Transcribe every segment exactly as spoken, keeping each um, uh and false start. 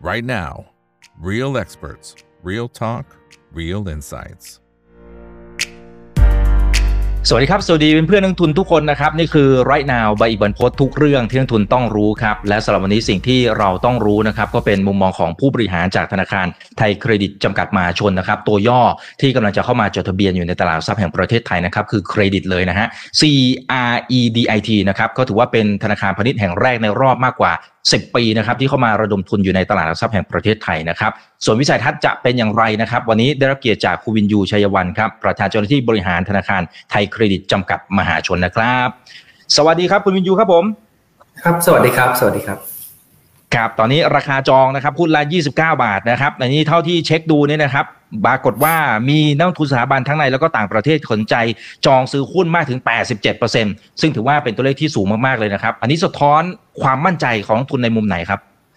right now. Real experts, real talk, real insights. สวัสดีครับสวัสดีเพื่อนๆนักทุนทุกคนนะครับนี่คือ Right Now ใบอีกบันพดทุกเรื่องที่นักทุนต้องรู้ครับและสำหรับวันนี้สิ่งที่เราต้องรู้นะครับก็เป็นมุมมองของผู้บริหารจากธนาคารไทยเครดิตจำกัดมหาชนนะครับตัวย่อที่กำลังจะเข้ามาจดทะเบียนอยู่ในตลาดหลักทรัพย์แห่งประเทศไทยนะครับคือเครดิตเลยนะฮะ C R E D I T นะครับก็ถือว่าเป็นธนาคารพาณิชย์แห่งแรกในรอบมากกว่าสิบปีนะครับที่เข้ามาระดมทุนอยู่ในตลาดหลักทรัพย์แห่งประเทศไทยนะครับส่วนวิสัยทัศน์จะเป็นอย่างไรนะครับวันนี้ได้รับเกียรติจากคุณวินยูชัยวัฒน์ครับประธานเจ้าหน้าที่บริหารธนาคารไทยเครดิตจำกัดมหาชนนะครับสวัสดีครับคุณวินยูครับผมครับสวัสดีครับสวัสดีครับครับตอนนี้ราคาจองนะครับหุ้นละยี่สิบเก้าบาทนะครับในนี้เท่าที่เช็คดูเนี่ยนะครับปรากฏว่ามีนักลงทุนสถาบันทั้งในแล้วก็ต่างประเทศสนใจจองซื้อหุ้นมากถึง แปดสิบเจ็ดเปอร์เซ็นต์ ซึ่งถือว่าเป็นตัวเลขที่สูงมากๆเลยนะครับอันนี้สะท้อนความมั่นใจของนักทุนในมุมไหนครับ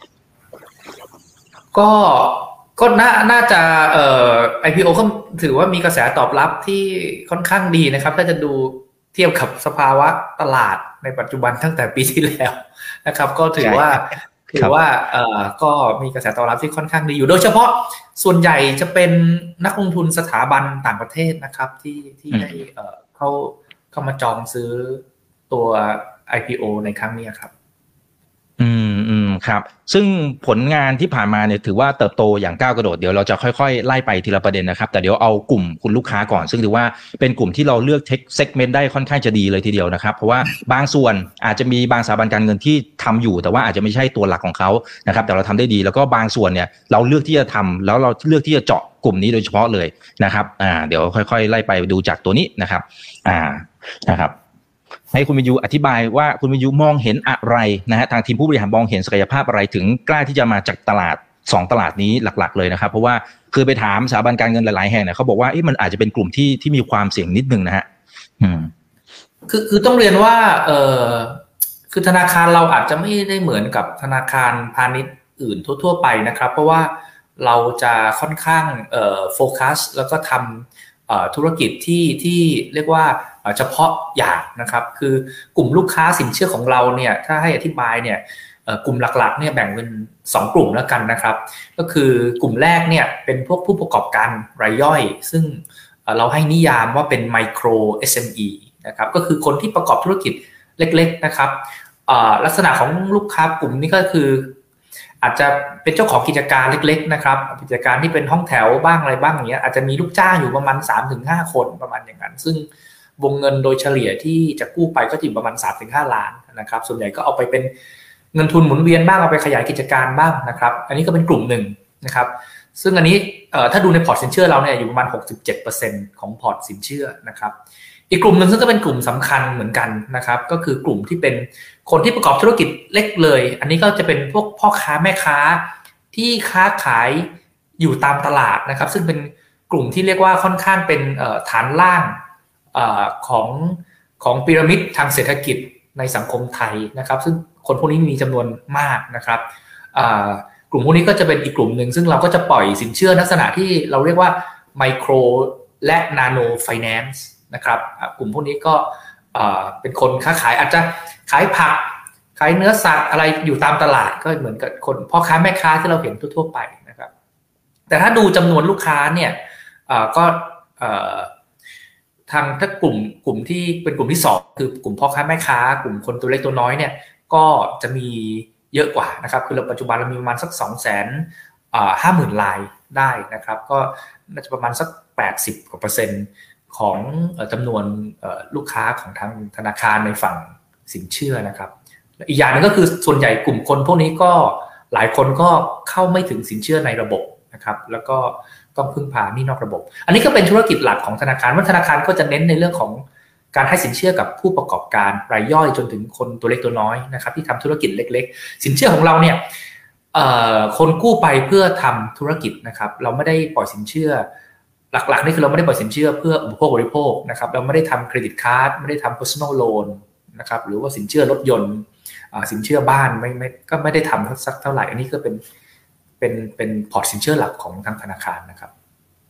ก็ก็น่าน่าจะเอ่อ ไอ พี โอ ก็ถือว่ามีกระแสตอบรับที่ค่อนข้างดีนะครับถ้าจะดูเทียบกับสภาวะตลาดในปัจจุบันตั้งแต่ปีที่แล้วนะครับก็ถือว่าถือว่าเอ่อก็มีกระแสตอบรับที่ค่อนข้างดีอยู่โดยเฉพาะส่วนใหญ่จะเป็นนักลงทุนสถาบันต่างประเทศนะครับที่ที่ได้เอ่อเข้าเข้ามาจองซื้อตัว ไอ พี โอ ในครั้งนี้ครับอืมอืมครับซึ่งผลงานที่ผ่านมาเนี่ยถือว่าเติบโตอย่างก้าวกระโดดเดี๋ยวเราจะค่อยๆไล่ไปทีละประเด็นนะครับแต่เดี๋ยวเอากลุ่มคุณลูกค้าก่อนซึ่งถือว่าเป็นกลุ่มที่เราเลือกเทคเซกเมนต์ได้ค่อนข้างจะดีเลยทีเดียวนะครับเพราะว่าบางส่วนอาจจะมีบางสถาบันการเงินที่ทำอยู่แต่ว่าอาจจะไม่ใช่ตัวหลักของเขานะครับแต่เราทำได้ดีแล้วก็บางส่วนเนี่ยเราเลือกที่จะทำแล้วเราเลือกที่จะเจาะกลุ่มนี้โดยเฉพาะเลยนะครับอ่าเดี๋ยวค่อยๆไล่ไปดูจากตัวนี้นะครับอ่านะครับให้คุณวินยูอธิบายว่าคุณวินยูมองเห็นอะไรนะฮะทางทีมผู้บริหารมองเห็นศักยภาพอะไรถึงกล้าที่จะมาจากตลาดสองตลาดนี้หลักๆเลยนะครับเพราะว่าคือไปถามสถาบันการเงินหลายๆแห่งเนี่ยเขาบอกว่าเอ๊ะมันอาจจะเป็นกลุ่มที่ที่มีความเสี่ยงนิดนึงนะฮะอืมคือคือต้องเรียนว่าเออคือธนาคารเราอาจจะไม่ได้เหมือนกับธนาคารพาณิชย์อื่นทั่วๆไปนะครับเพราะว่าเราจะค่อนข้างเอ่อโฟกัสแล้วก็ทำธุรกิจที่ที่เรียกว่าเฉพาะอย่างนะครับคือกลุ่มลูกค้าสินเชื่อของเราเนี่ยถ้าให้อธิบายเนี่ยกลุ่มหลักๆเนี่ยแบ่งเป็นสองกลุ่มแล้วกันนะครับก็คือกลุ่มแรกเนี่ยเป็นพวกผู้ประกอบการรายย่อยซึ่งเราให้นิยามว่าเป็นไมโคร เอส เอ็ม อี นะครับก็คือคนที่ประกอบธุรกิจเล็กๆนะครับลักษณะของลูกค้ากลุ่มนี้ก็คืออาจจะเป็นเจ้าของกิจการเล็กๆนะครับกิจการที่เป็นห้องแถวบ้างอะไรบ้างอย่างเงี้ยอาจจะมีลูกจ้างอยู่ประมาณ สามถึงห้า คนประมาณอย่างนั้นซึ่งวงเงินโดยเฉลี่ยที่จะกู้ไปก็จะอยู่ประมาณ สามถึงห้า ล้านนะครับส่วนใหญ่ก็เอาไปเป็นเงินทุนหมุนเวียนบ้างเอาไปขยายกิจการบ้างนะครับอันนี้ก็เป็นกลุ่มหนึ่งนะครับซึ่งอันนี้ถ้าดูในพอร์ตสินเชื่อเราเนี่ยอยู่ประมาณ หกสิบเจ็ดเปอร์เซ็นต์ ของพอร์ตสินเชื่อนะครับอีกกลุ่มหนึ่งซึ่งก็เป็นกลุ่มสำคัญเหมือนกันนะครับก็คือกลุ่มที่เป็นคนที่ประกอบธุรกิจเล็กเลยอันนี้ก็จะเป็นพวกพ่อค้าแม่ค้าที่ค้าขายอยู่ตามตลาดนะครับซึ่งเป็นกลุ่มที่เรียกว่าค่อนข้างเป็นฐานล่างของของพีระมิดทางเศรษฐกิจในสังคมไทยนะครับซึ่งคนพวกนี้มีจำนวนมากนะครับกลุ่มพวกนี้ก็จะเป็นอีกกลุ่มหนึ่งซึ่งเราก็จะปล่อยสินเชื่อลักษณะที่เราเรียกว่าไมโครและนาโนไฟแนนซ์นะครับกลุ่มพวกนี้ก็เป็นคนค้าขายอาจจะขายผักขายเนื้อสัตว์อะไรอยู่ตามตลาดก็เหมือนกับคนพ่อค้าแม่ค้าที่เราเห็นทั่วๆไปนะครับแต่ถ้าดูจำนวนลูกค้าเนี่ยก็ทางถ้ากลุ่มกลุ่มที่เป็นกลุ่มที่สองคือกลุ่มพ่อค้าแม่ค้ากลุ่มคนตัวเล็กตัวน้อยเนี่ยก็จะมีเยอะกว่านะครับคือเราปัจจุบันเรามีประมาณสัก สองแสนห้าหมื่น รายได้นะครับก็น่าจะประมาณสักแปดสิบกว่าเปอร์เซ็นต์ของจำนวนลูกค้าของทางธนาคารในฝั่งสินเชื่อนะครับอีกอย่างนึงก็คือส่วนใหญ่กลุ่มคนพวกนี้ก็หลายคนก็เข้าไม่ถึงสินเชื่อในระบบนะครับแล้วก็ต้องพึ่งพาหนี้นอกระบบอันนี้ก็เป็นธุรกิจหลักของธนาคารว่าธนาคารก็จะเน้นในเรื่องของการให้สินเชื่อกับผู้ประกอบการรายย่อยจนถึงคนตัวเล็กตัวน้อยนะครับที่ทำธุรกิจเล็กๆสินเชื่อของเราเนี่ยคนกู้ไปเพื่อทำธุรกิจนะครับเราไม่ได้ปล่อยสินเชื่อหลักๆนี่คือเราไม่ได้ปล่อยสินเชื่อเพื่ออุปโภคบริโภคนะครับเราไม่ได้ทำเครดิตการ์ดไม่ได้ทำ personal loan นะครับหรือว่าสินเชื่อรถยนต์สินเชื่อบ้านไม่ไม่ก็ไม่ได้ทำสักเท่าไหร่อันนี้ก็เป็นเป็นเป็นพอร์ตสินเชื่อหลักของทางธนาคารนะครับ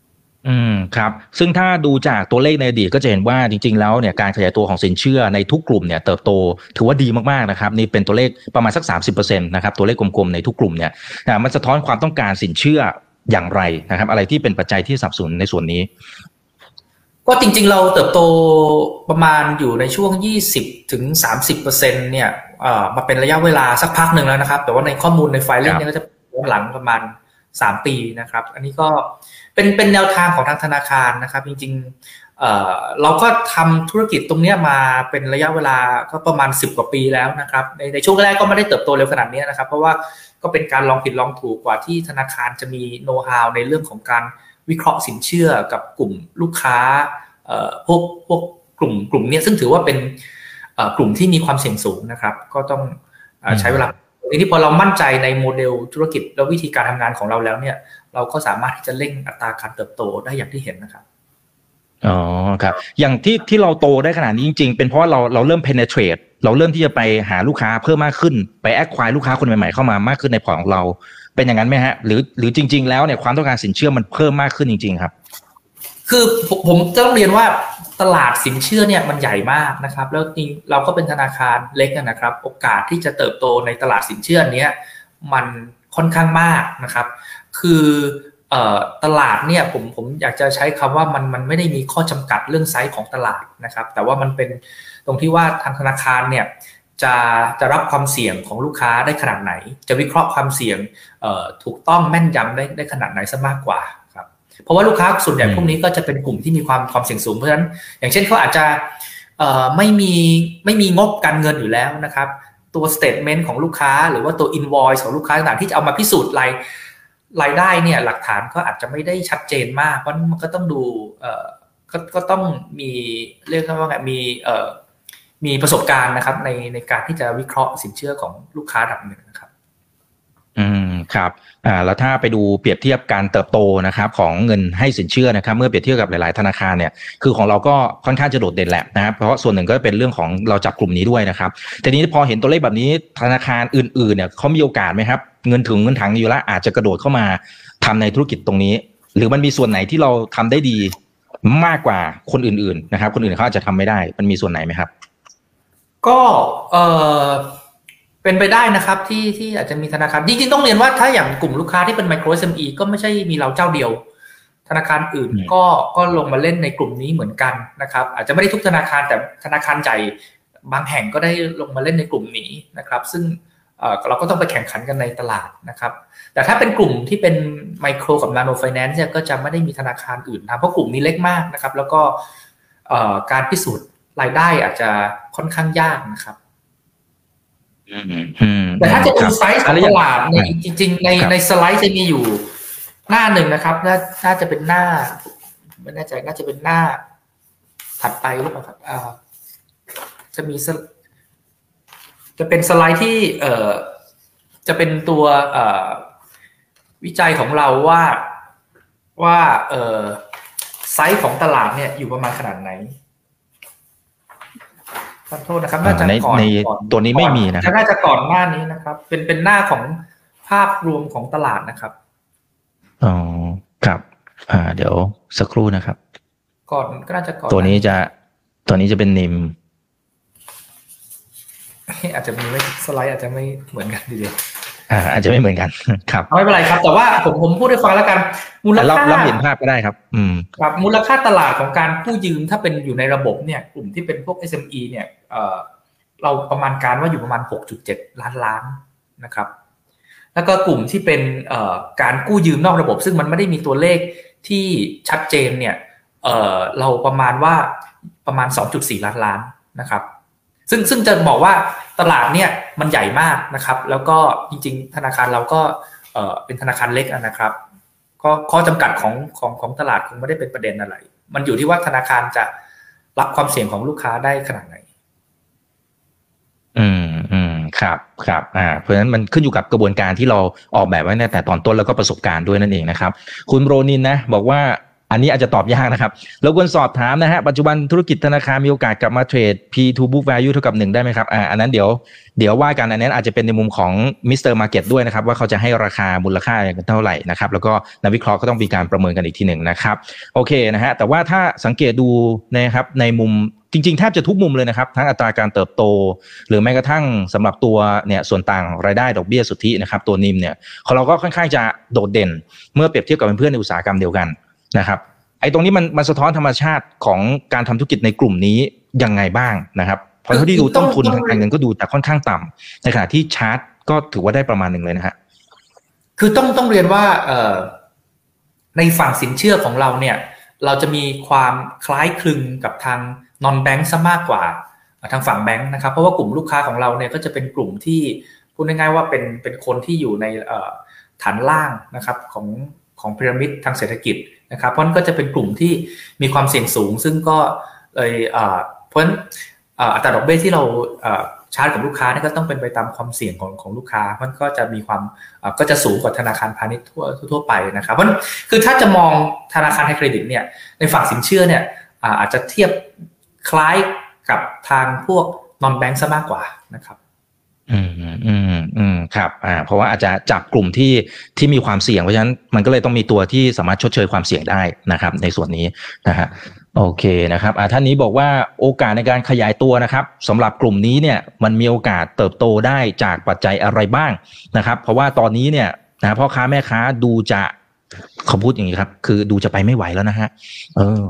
อืมครับซึ่งถ้าดูจากตัวเลขในอดีตก็จะเห็นว่าจริงๆแล้วเนี่ยการขยายตัวของสินเชื่อในทุกกลุ่มเนี่ยเติบโตถือว่าดีมากๆนะครับนี่เป็นตัวเลขประมาณสัก สามสิบเปอร์เซ็นต์ นะครับตัวเลขกลมๆในทุกกลุ่มเนี่ยนะมันสะท้อนความต้องการสินเชื่ออย่างไรนะครับอะไรที่เป็นปัจจัยที่สนับสนุนในส่วนนี้ก็จริงๆเราเติบโตประมาณอยู่ในช่วง ยี่สิบถึงสามสิบเปอร์เซ็นต์ เนี่ยเอ่อมาเป็นระยะเวลาสักพักหนึ่งแล้วนะครับแต่ว่าในข้อมูลในไฟล์เนี่ยก็จะย้อนหลังประมาณสามปีนะครับอันนี้ก็เป็นเป็นแนวทางของทางธนาคารนะครับจริงๆเอ่อเราก็ทำธุรกิจตรงนี้มาเป็นระยะเวลาก็ประมาณสิบกว่าปีแล้วนะครับในในช่วงแรกก็ไม่ได้เติบโตเร็วขนาดนี้นะครับเพราะว่าก็เป็นการลองผิดลองถูกกว่าที่ธนาคารจะมีโน้ตฮาวในเรื่องของการวิเคราะห์สินเชื่อกับกลุ่มลูกค้าเอ่อพวกพวกกลุ่มกลุ่มนี้ซึ่งถือว่าเป็นเอ่อกลุ่มที่มีความเสี่ยงสูงนะครับก็ต้องเอ่อใช้เวลาทีนี้พอเรามั่นใจในโมเดลธุรกิจและวิธีการทำงานของเราแล้วเนี่ยเราก็สามารถที่จะเร่งอัตราการเติบโตได้อย่างที่เห็นนะครับอ๋อครับอย่างที่ที่เราโตได้ขนาดนี้จริงๆเป็นเพราะเราเราเริ่ม penetrate เราเริ่มที่จะไปหาลูกค้าเพิ่มมากขึ้นไป acquire ลูกค้าคนใหม่ๆเข้ามามากขึ้นในพอร์ตของเราเป็นอย่างนั้นไหมฮะหรือหรือจริงๆแล้วเนี่ยความต้องการสินเชื่อมันเพิ่มมากขึ้นจริงๆครับคือผมต้องเรียนว่าตลาดสินเชื่อเนี่ยมันใหญ่มากนะครับแล้วจริงเราก็เป็นธนาคารเล็กนะครับโอกาสที่จะเติบโตในตลาดสินเชื่อนี้มันค่อนข้างมากนะครับคือเอ่อตลาดเนี่ยผมผมอยากจะใช้คำว่ามันมันไม่ได้มีข้อจำกัดเรื่องไซส์ของตลาดนะครับแต่ว่ามันเป็นตรงที่ว่าทางธนาคารเนี่ยจะจะรับความเสี่ยงของลูกค้าได้ขนาดไหนจะวิเคราะห์ความเสี่ยงเอ่อถูกต้องแม่นยำได้ได้ขนาดไหนซะมากกว่าเพราะว่าลูกค้าส่วนใหญ่พวกนี้ก็จะเป็นกลุ่มที่มีความความเสี่ยงสูงเพราะฉะนั้นอย่างเช่นเขาอาจจะเอ่อไม่มีไม่มีงบการเงินอยู่แล้วนะครับตัว statement ของลูกค้าหรือว่าตัว invoice ของลูกค้าต่างๆที่จะเอามาพิสูจน์รายรายได้เนี่ยหลักฐานก็อาจจะไม่ได้ชัดเจนมากเพราะมันก็ต้องดูเอ่อก็ก็ต้องมีเรียกว่าไงมีเอ่อมีประสบการณ์นะครับในในการที่จะวิเคราะห์สินเชื่อของลูกค้าระดับหนึ่งนะครับอืมครับอ่าแล้วถ้าไปดูเปรียบเทียบการเติบโตนะครับของเงินให้สินเชื่อนะครับเมื่อเปรียบเทียบกับหลายๆธนาคารเนี่ยคือของเราก็ค่อนข้างจะโดดเด่นแหละนะครับเพราะส่วนหนึ่งก็เป็นเรื่องของเราจับกลุ่มนี้ด้วยนะครับทีนี้พอเห็นตัวเลขแบบนี้ธนาคารอื่นๆเนี่ยเขามีโอกาสไหมครับเงินถึงเงินถังอยู่แล้วอาจจะกระโดดเข้ามาทำในธุรกิจตรงนี้หรือมันมีส่วนไหนที่เราทำได้ดีมากกว่าคนอื่นๆนะครับคนอื่นเขาอาจจะทำไม่ได้มันมีส่วนไหนไหมครับก็เออเป็นไปได้นะครับที่ที่อาจจะมีธนาคารจริงๆต้องเรียนว่าถ้าอย่างกลุ่มลูกค้าที่เป็น micro เอส เอ็ม อี ก็ไม่ใช่มีเราเจ้าเดียวธนาคารอื่นก็ก็ลงมาเล่นในกลุ่มนี้เหมือนกันนะครับอาจจะไม่ได้ทุกธนาคารแต่ธนาคารใหญ่บางแห่งก็ได้ลงมาเล่นในกลุ่มนี้นะครับซึ่งเอ่อเราก็ต้องไปแข่งขันกันในตลาดนะครับแต่ถ้าเป็นกลุ่มที่เป็น micro กับ nano finance เนี่ยก็จะไม่ได้มีธนาคารอื่นนะเพราะกลุ่มนี้เล็กมากนะครับแล้วก็เอ่อการพิสูจน์รายได้อาจจะค่อนข้างยากนะครับแต่ถ้าจะดูไซส์ของตลาดในจริงๆในในสไลด์จะมีอยู่หน้าหนึ่งนะครับน่าน่าจะเป็นหน้าไม่แน่ใจน่าจะเป็นหน้าถัดไปหรือเปล่าครับอ่าจะมีจะเป็นสไลด์ที่เอ่อจะเป็นตัวเอ่อวิจัยของเราว่าว่าเอ่อไซส์ของตลาดเนี่ยอยู่ประมาณขนาดไหนขอโทษนะครับน่าจะก่อนตัวนี้ไม่มีนะน่าจะก่อนหน้านี้นะครับเป็นเป็นหน้าของภาพรวมของตลาดนะครับอ๋อครับอ่าเดี๋ยวสักครู่นะครับก่อนก็น่าจะก่อนตัวนี้จะตัวนี้จะเป็นนิมอาจจะมีไม่สไลด์อาจจะไม่เหมือนกันทีเดียวอ่าอาจจะไม่เหมือนกันครับไม่เป็นไรครับแต่ว่าผมผมพูดให้ฟังแล้วกันมูลค่าเราเห็นภาพก็ได้ครับอืมครับมูลค่าตลาดของการกู้ยืมถ้าเป็นอยู่ในระบบเนี่ยกลุ่มที่เป็นพวก เอส เอ็ม อี เนี่ยเอ่อเราประมาณการว่าอยู่ประมาณ หกจุดเจ็ด ล้านล้านนะครับแล้วก็กลุ่มที่เป็นเอ่อการกู้ยืมนอกระบบซึ่งมันไม่ได้มีตัวเลขที่ชัดเจนเนี่ยเอ่อเราประมาณว่าประมาณ สองจุดสี่ ล้านล้านนะครับซึ่งซึ่งจะบอกว่าตลาดเนี่ยมันใหญ่มากนะครับแล้วก็จริงๆธนาคารเราก็เอ่อเป็นธนาคารเล็กนะครับก็ข้อจำกัดของของของตลาดคงไม่ได้เป็นประเด็นอะไรมันอยู่ที่ว่าธนาคารจะรับความเสี่ยงของลูกค้าได้ขนาดไหนอืมอืมครับครับอ่าเพราะฉะนั้นมันขึ้นอยู่กับกระบวนการที่เราออกแบบไว้ตั้งแต่ตอนต้นแล้วก็ประสบการณ์ด้วยนั่นเองนะครับคุณโรนินนะบอกว่าอันนี้อาจจะตอบยากนะครับรบกวนสอบถามนะฮะปัจจุบันธุรกิจธนาคารมีโอกาสกลับมาเทรด P to book value เท่ากับหนึ่งได้ไหมครับอ่าอันนั้นเดี๋ยวเดี๋ยวว่ากันอันนั้นอาจจะเป็นในมุมของ มิสเตอร์ Market ด้วยนะครับว่าเขาจะให้ราคามูลค่าเท่าไหร่นะครับแล้วก็นักวิเคราะห์ก็ต้องมีการประเมินกันอีกทีหนึ่งนะครับโอเคนะฮะแต่ว่าถ้าสังเกตดูนะครับในมุมจริงๆแทบจะทุกมุมเลยนะครับทั้งอัตราการเติบโตหรือแม้กระทั่งสำหรับตัวเนี่ยส่วนต่างรายได้ดอกเบี้ยสุทธินะครับตัวนิมเนี่ยของเราก็ค่อนข้างจะโดดเด่นเมื่อเปรียบเทียบกับเพื่อนในอุตสาหกรรมเดียวกันนะครับไอ้ตรงนี้มันมันสะท้อนธรรมชาติของการทำธุรกิจในกลุ่มนี้ยังไงบ้างนะครับเพราะเท่าที่ดูต้นทุนทางการเงินก็ดูแต่ค่อนข้างต่ำในขณะที่ชาร์ตก็ถือว่าได้ประมาณหนึ่งเลยนะฮะคือต้องต้องเรียนว่าเอ่อในฝั่งสินเชื่อของเราเนี่ยเราจะมีความคล้ายคลึงกับทางนอนแบงค์ซะมากกว่าทางฝั่งแบงค์นะครับเพราะว่ากลุ่มลูกค้าของเราเนี่ยก็จะเป็นกลุ่มที่พูดง่ายๆว่าเป็นเป็นคนที่อยู่ในฐานล่างนะครับของของพีระมิดทางเศรษฐกิจนะครับเพราะนั้นก็จะเป็นกลุ่มที่มีความเสี่ยงสูงซึ่งก็เลยเพราะฉะนั้นอัตราดอกเบี้ยที่เราชาร์จกับลูกค้านี่ก็ต้องเป็นไปตามความเสี่ยงของของลูกค้ามันก็จะมีความก็จะสูงกว่าธนาคารพาณิชย์ทั่วทั่วไปนะครับเพราะคือถ้าจะมองธนาคารไทยเครดิตเนี่ยในฝั่งสินเชื่อเนี่ยอาจจะเทียบคล้ายกับทางพวกนอนแบงค์ซะมากกว่านะครับอืมอืมอืมครับอ่าเพราะว่าอาจจะจับกลุ่มที่ที่มีความเสี่ยงเพราะฉะนั้นมันก็เลยต้องมีตัวที่สามารถชดเชยความเสี่ยงได้นะครับในส่วนนี้นะฮะโอเคนะครับอ่าท่านนี้บอกว่าโอกาสในการขยายตัวนะครับสำหรับกลุ่มนี้เนี่ยมันมีโอกาสเติบโตได้จากปัจจัยอะไรบ้างนะครับเพราะว่าตอนนี้เนี่ยนะพ่อค้าแม่ค้าดูจะเขาพูดอย่างนี้ครับคือดูจะไปไม่ไหวแล้วนะฮะเออ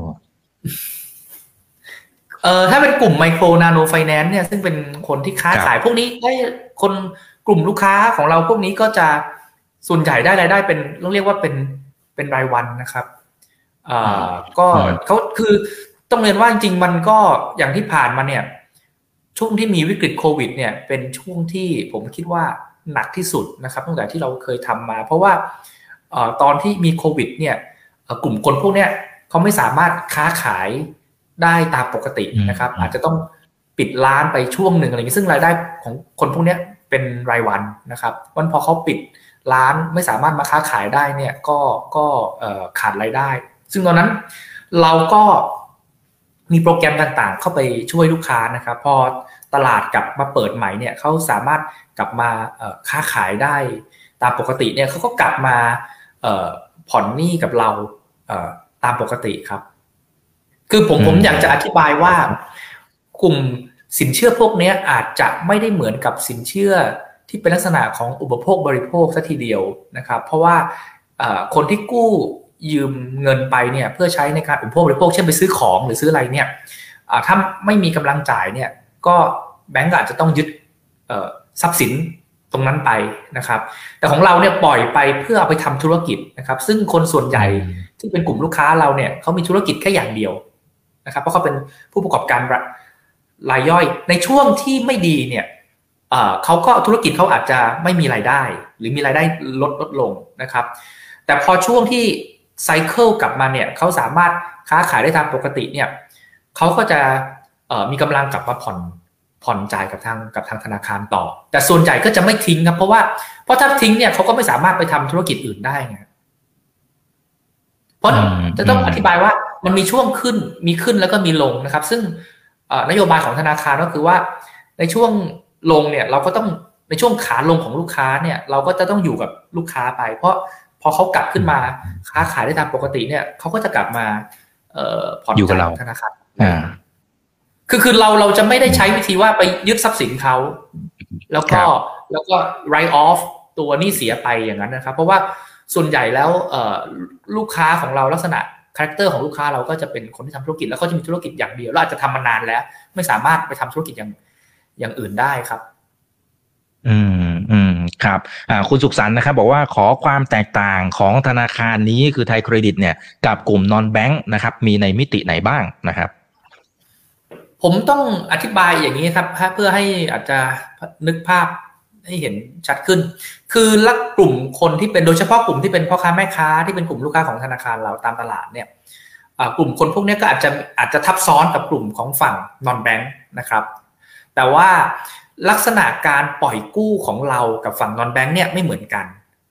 เอ่อถ้าเป็นกลุ่มไมโครนาโนไฟแนนซ์เนี่ยซึ่งเป็นคนที่ค้าขายพวกนี้ได้คนกลุ่มลูกค้าของเราพวกนี้ก็จะส่วนใหญ่ได้รายได้เป็นต้องเรียกว่าเป็นเป็นรายวันนะครับอ่าก็เขาคือต้องเรียนว่าจริงๆมันก็อย่างที่ผ่านมาเนี่ยช่วงที่มีวิกฤตโควิดเนี่ยเป็นช่วงที่ผมคิดว่าหนักที่สุดนะครับตั้งแต่ที่เราเคยทำมาเพราะว่าเอ่อตอนที่มีโควิดเนี่ยกลุ่มคนพวกเนี้ยเขาไม่สามารถค้าขายได้ตามปกตินะครับอาจจะต้องปิดร้านไปช่วงหนึ่งอะไรอย่างนี้ซึ่งรายได้ของคนพวกนี้เป็นรายวันนะครับวันพอเขาปิดร้านไม่สามารถมาค้าขายได้เนี่ยก็ก็ขาดรายได้ซึ่งตอนนั้นเราก็มีโปรแกรมต่างๆเข้าไปช่วยลูกค้านะครับพอตลาดกลับมาเปิดใหม่เนี่ยเขาสามารถกลับมาค้าขายได้ตามปกติเนี่ยเขาก็กลับมาผ่อนหนี้กับเราตามปกติครับคือผมผมอยากจะอธิบายว่ากลุ่มสินเชื่อพวกนี้อาจจะไม่ได้เหมือนกับสินเชื่อที่เป็นลักษณะของอุปโภคบริโภคซะทีเดียวนะครับเพราะว่าคนที่กู้ยืมเงินไปเนี่ยเพื่อใช้ในการอุปโภคบริโภคเช่นไปซื้อของหรือซื้ออะไรเนี่ยถ้าไม่มีกำลังจ่ายเนี่ยก็แบงก์อาจจะต้องยึดทรัพย์สินตรงนั้นไปนะครับแต่ของเราเนี่ยปล่อยไปเพื่อเอาไปทำธุรกิจนะครับซึ่งคนส่วนใหญ่ที่เป็นกลุ่มลูกค้าเราเนี่ยเขามีธุรกิจแค่อย่างเดียวนะครับเพราะเขาเป็นผู้ประกอบการรายย่อยในช่วงที่ไม่ดีเนี่ยเอ่อเขาก็ธุรกิจเขาอาจจะไม่มีรายได้หรือมีรายได้ลดลดลงนะครับแต่พอช่วงที่ไซเคิลกลับมาเนี่ยเขาสามารถค้าขายได้ตามปกติเนี่ยเขาก็จะเอ่อมีกำลังกลับมาผ่อนผ่อนจ่ายกับทางกับทางธนาคารต่อแต่ส่วนใหญ่ก็จะไม่ทิ้งครับเพราะว่าเพราะถ้าทิ้งเนี่ยเขาก็ไม่สามารถไปทำธุรกิจอื่นได้ไงเพราะจะต้องอธิบายว่ามันมีช่วงขึ้นมีขึ้นแล้วก็มีลงนะครับซึ่งนโยบายของธนาคารก็คือว่าในช่วงลงเนี่ยเราก็ต้องในช่วงขาลงของลูกค้าเนี่ยเราก็จะต้องอยู่กับลูกค้าไปเพราะพอเขากลับขึ้นมาค้าขายได้ตามปกติเนี่ยเขาก็จะกลับมาผ่อนจ่ายธนาคารคือคือเราเราจะไม่ได้ใช้วิธีว่าไปยึดทรัพย์สินเขาแล้วก็แล้วก็ write off ตัวหนี้เสียไปอย่างนั้นนะครับเพราะว่าส่วนใหญ่แล้วลูกค้าของเราลักษณะคาแรคเตอร์ของลูกค้าเราก็จะเป็นคนที่ทำธุรกิจแล้วเขาจะมีธุรกิจอย่างเดียวแล้วอาจจะทำมานานแล้วไม่สามารถไปทำธุรกิจอย่างอย่างอื่นได้ครับอืมอืมครับอ่าคุณสุขสันต์นะครับบอกว่าขอความแตกต่างของธนาคารนี้คือไทยเครดิตเนี่ยกับกลุ่มนอนแบงค์นะครับมีในมิติไหนบ้างนะครับผมต้องอธิบายอย่างนี้ครับเพื่อให้อาจจะนึกภาพให้เห็นชัดขึ้นคือลักกลุ่มคนที่เป็นโดยเฉพาะกลุ่มที่เป็นพ่อค้าแม่ค้าที่เป็นกลุ่มลูกค้าของธนาคารเราตามตลาดเนี่ยกลุ่มคนพวกนี้ก็อาจจะอาจจะทับซ้อนกับกลุ่มของฝั่งนอนแบงค์นะครับแต่ว่าลักษณะการปล่อยกู้ของเรากับฝั่งนอนแบงค์เนี่ยไม่เหมือนกัน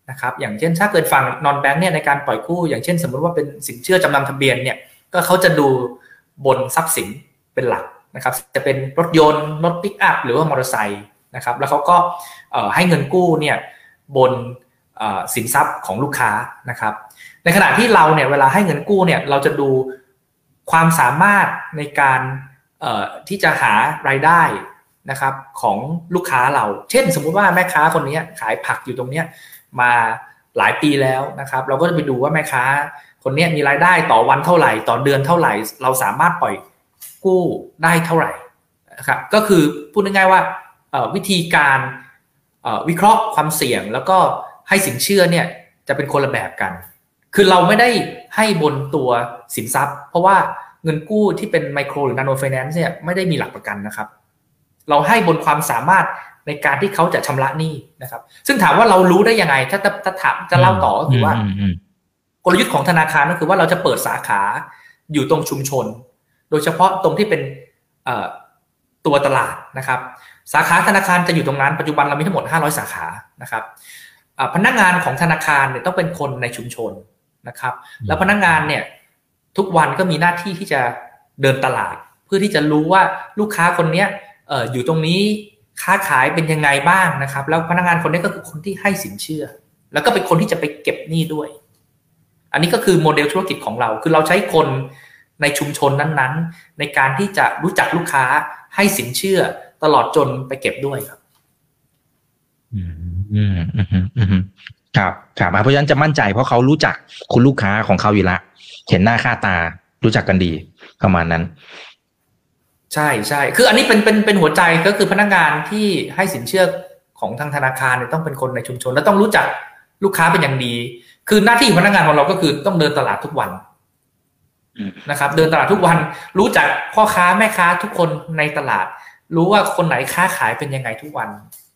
นะครับอย่างเช่นถ้าเกิดฝั่ง non bank เนี่ยในการปล่อยกู้อย่างเช่นสมมติว่าเป็นสินเชื่อจำนำทะเบียนเนี่ยก็เขาจะดูบนทรัพย์สินเป็นหลักนะครับจะเป็นรถยนต์รถปิกอัพหรือว่ามอเตอร์ไซค์นะครับแล้วเขาก็ให้เงินกู้เนี่ยบนสินทรัพย์ของลูกค้านะครับในขณะที่เราเนี่ยเวลาให้เงินกู้เนี่ยเราจะดูความสามารถในการที่จะหารายได้นะครับของลูกค้าเราเช่นสมมุติว่าแม่ค้าคนนี้ขายผักอยู่ตรงเนี้ยมาหลายปีแล้วนะครับเราก็จะไปดูว่าแม่ค้าคนนี้มีรายได้ต่อวันเท่าไหร่ต่อเดือนเท่าไหร่เราสามารถปล่อยกู้ได้เท่าไหร่นะครับก็คือพูดง่ายๆว่าวิธีการวิเคราะห์ความเสี่ยงแล้วก็ให้สินเชื่อเนี่ยจะเป็นคนละแบบกันคือเราไม่ได้ให้บนตัวสินทรัพย์เพราะว่าเงินกู้ที่เป็นไมโครหรือนาโนไฟแนนซ์เนี่ยไม่ได้มีหลักประกันนะครับเราให้บนความสามารถในการที่เขาจะชำระหนี้นะครับซึ่งถามว่าเรารู้ได้ยังไงถ้าถ้าถามจะเล่าต่อก็คือว่ากลยุทธ์ของธนาคารก็คือว่าเราจะเปิดสาขาอยู่ตรงชุมชนโดยเฉพาะตรงที่เป็นตัวตลาดนะครับสาขาธนาคารจะอยู่ตรงนั้นปัจจุบันเรามีทั้งหมดห้าร้อยสาขานะครับพนักงานของธนาคารเนี่ยต้องเป็นคนในชุมชนนะครับแล้วพนักงานเนี่ยทุกวันก็มีหน้าที่ที่จะเดินตลาดเพื่อที่จะรู้ว่าลูกค้าคนนี้เอ่ออยู่ตรงนี้ค้าขายเป็นยังไงบ้างนะครับแล้วพนักงานคนนี้ก็คือคนที่ให้สินเชื่อแล้วก็เป็นคนที่จะไปเก็บหนี้ด้วยอันนี้ก็คือโมเดลธุรกิจของเราคือเราใช้คนในชุมชนนั้นๆในการที่จะรู้จักลูกค้าให้สินเชื่อตลอดจนไปเก็บด้วยครับอืมอืมอืมอืมครับครับเพราะฉะนั้นจะมั่นใจเพราะเขารู้จักคุณลูกค้าของเขาอยู่ละเห็นหน้าค่าตารู้จักกันดีประมาณนั้นใช่ใช่คืออันนี้เป็นเป็นเป็นหัวใจก็คือพนักงานที่ให้สินเชื่อของทางธนาคารเนี่ยต้องเป็นคนในชุมชนและต้องรู้จักลูกค้าเป็นอย่างดีคือหน้าที่พนักงานของเราก็คือต้องเดินตลาดทุกวันนะครับเดินตลาดทุกวันรู้จักพ่อค้าแม่ค้าทุกคนในตลาดรู้ว่าคนไหนค้าขายเป็นยังไงทุกวัน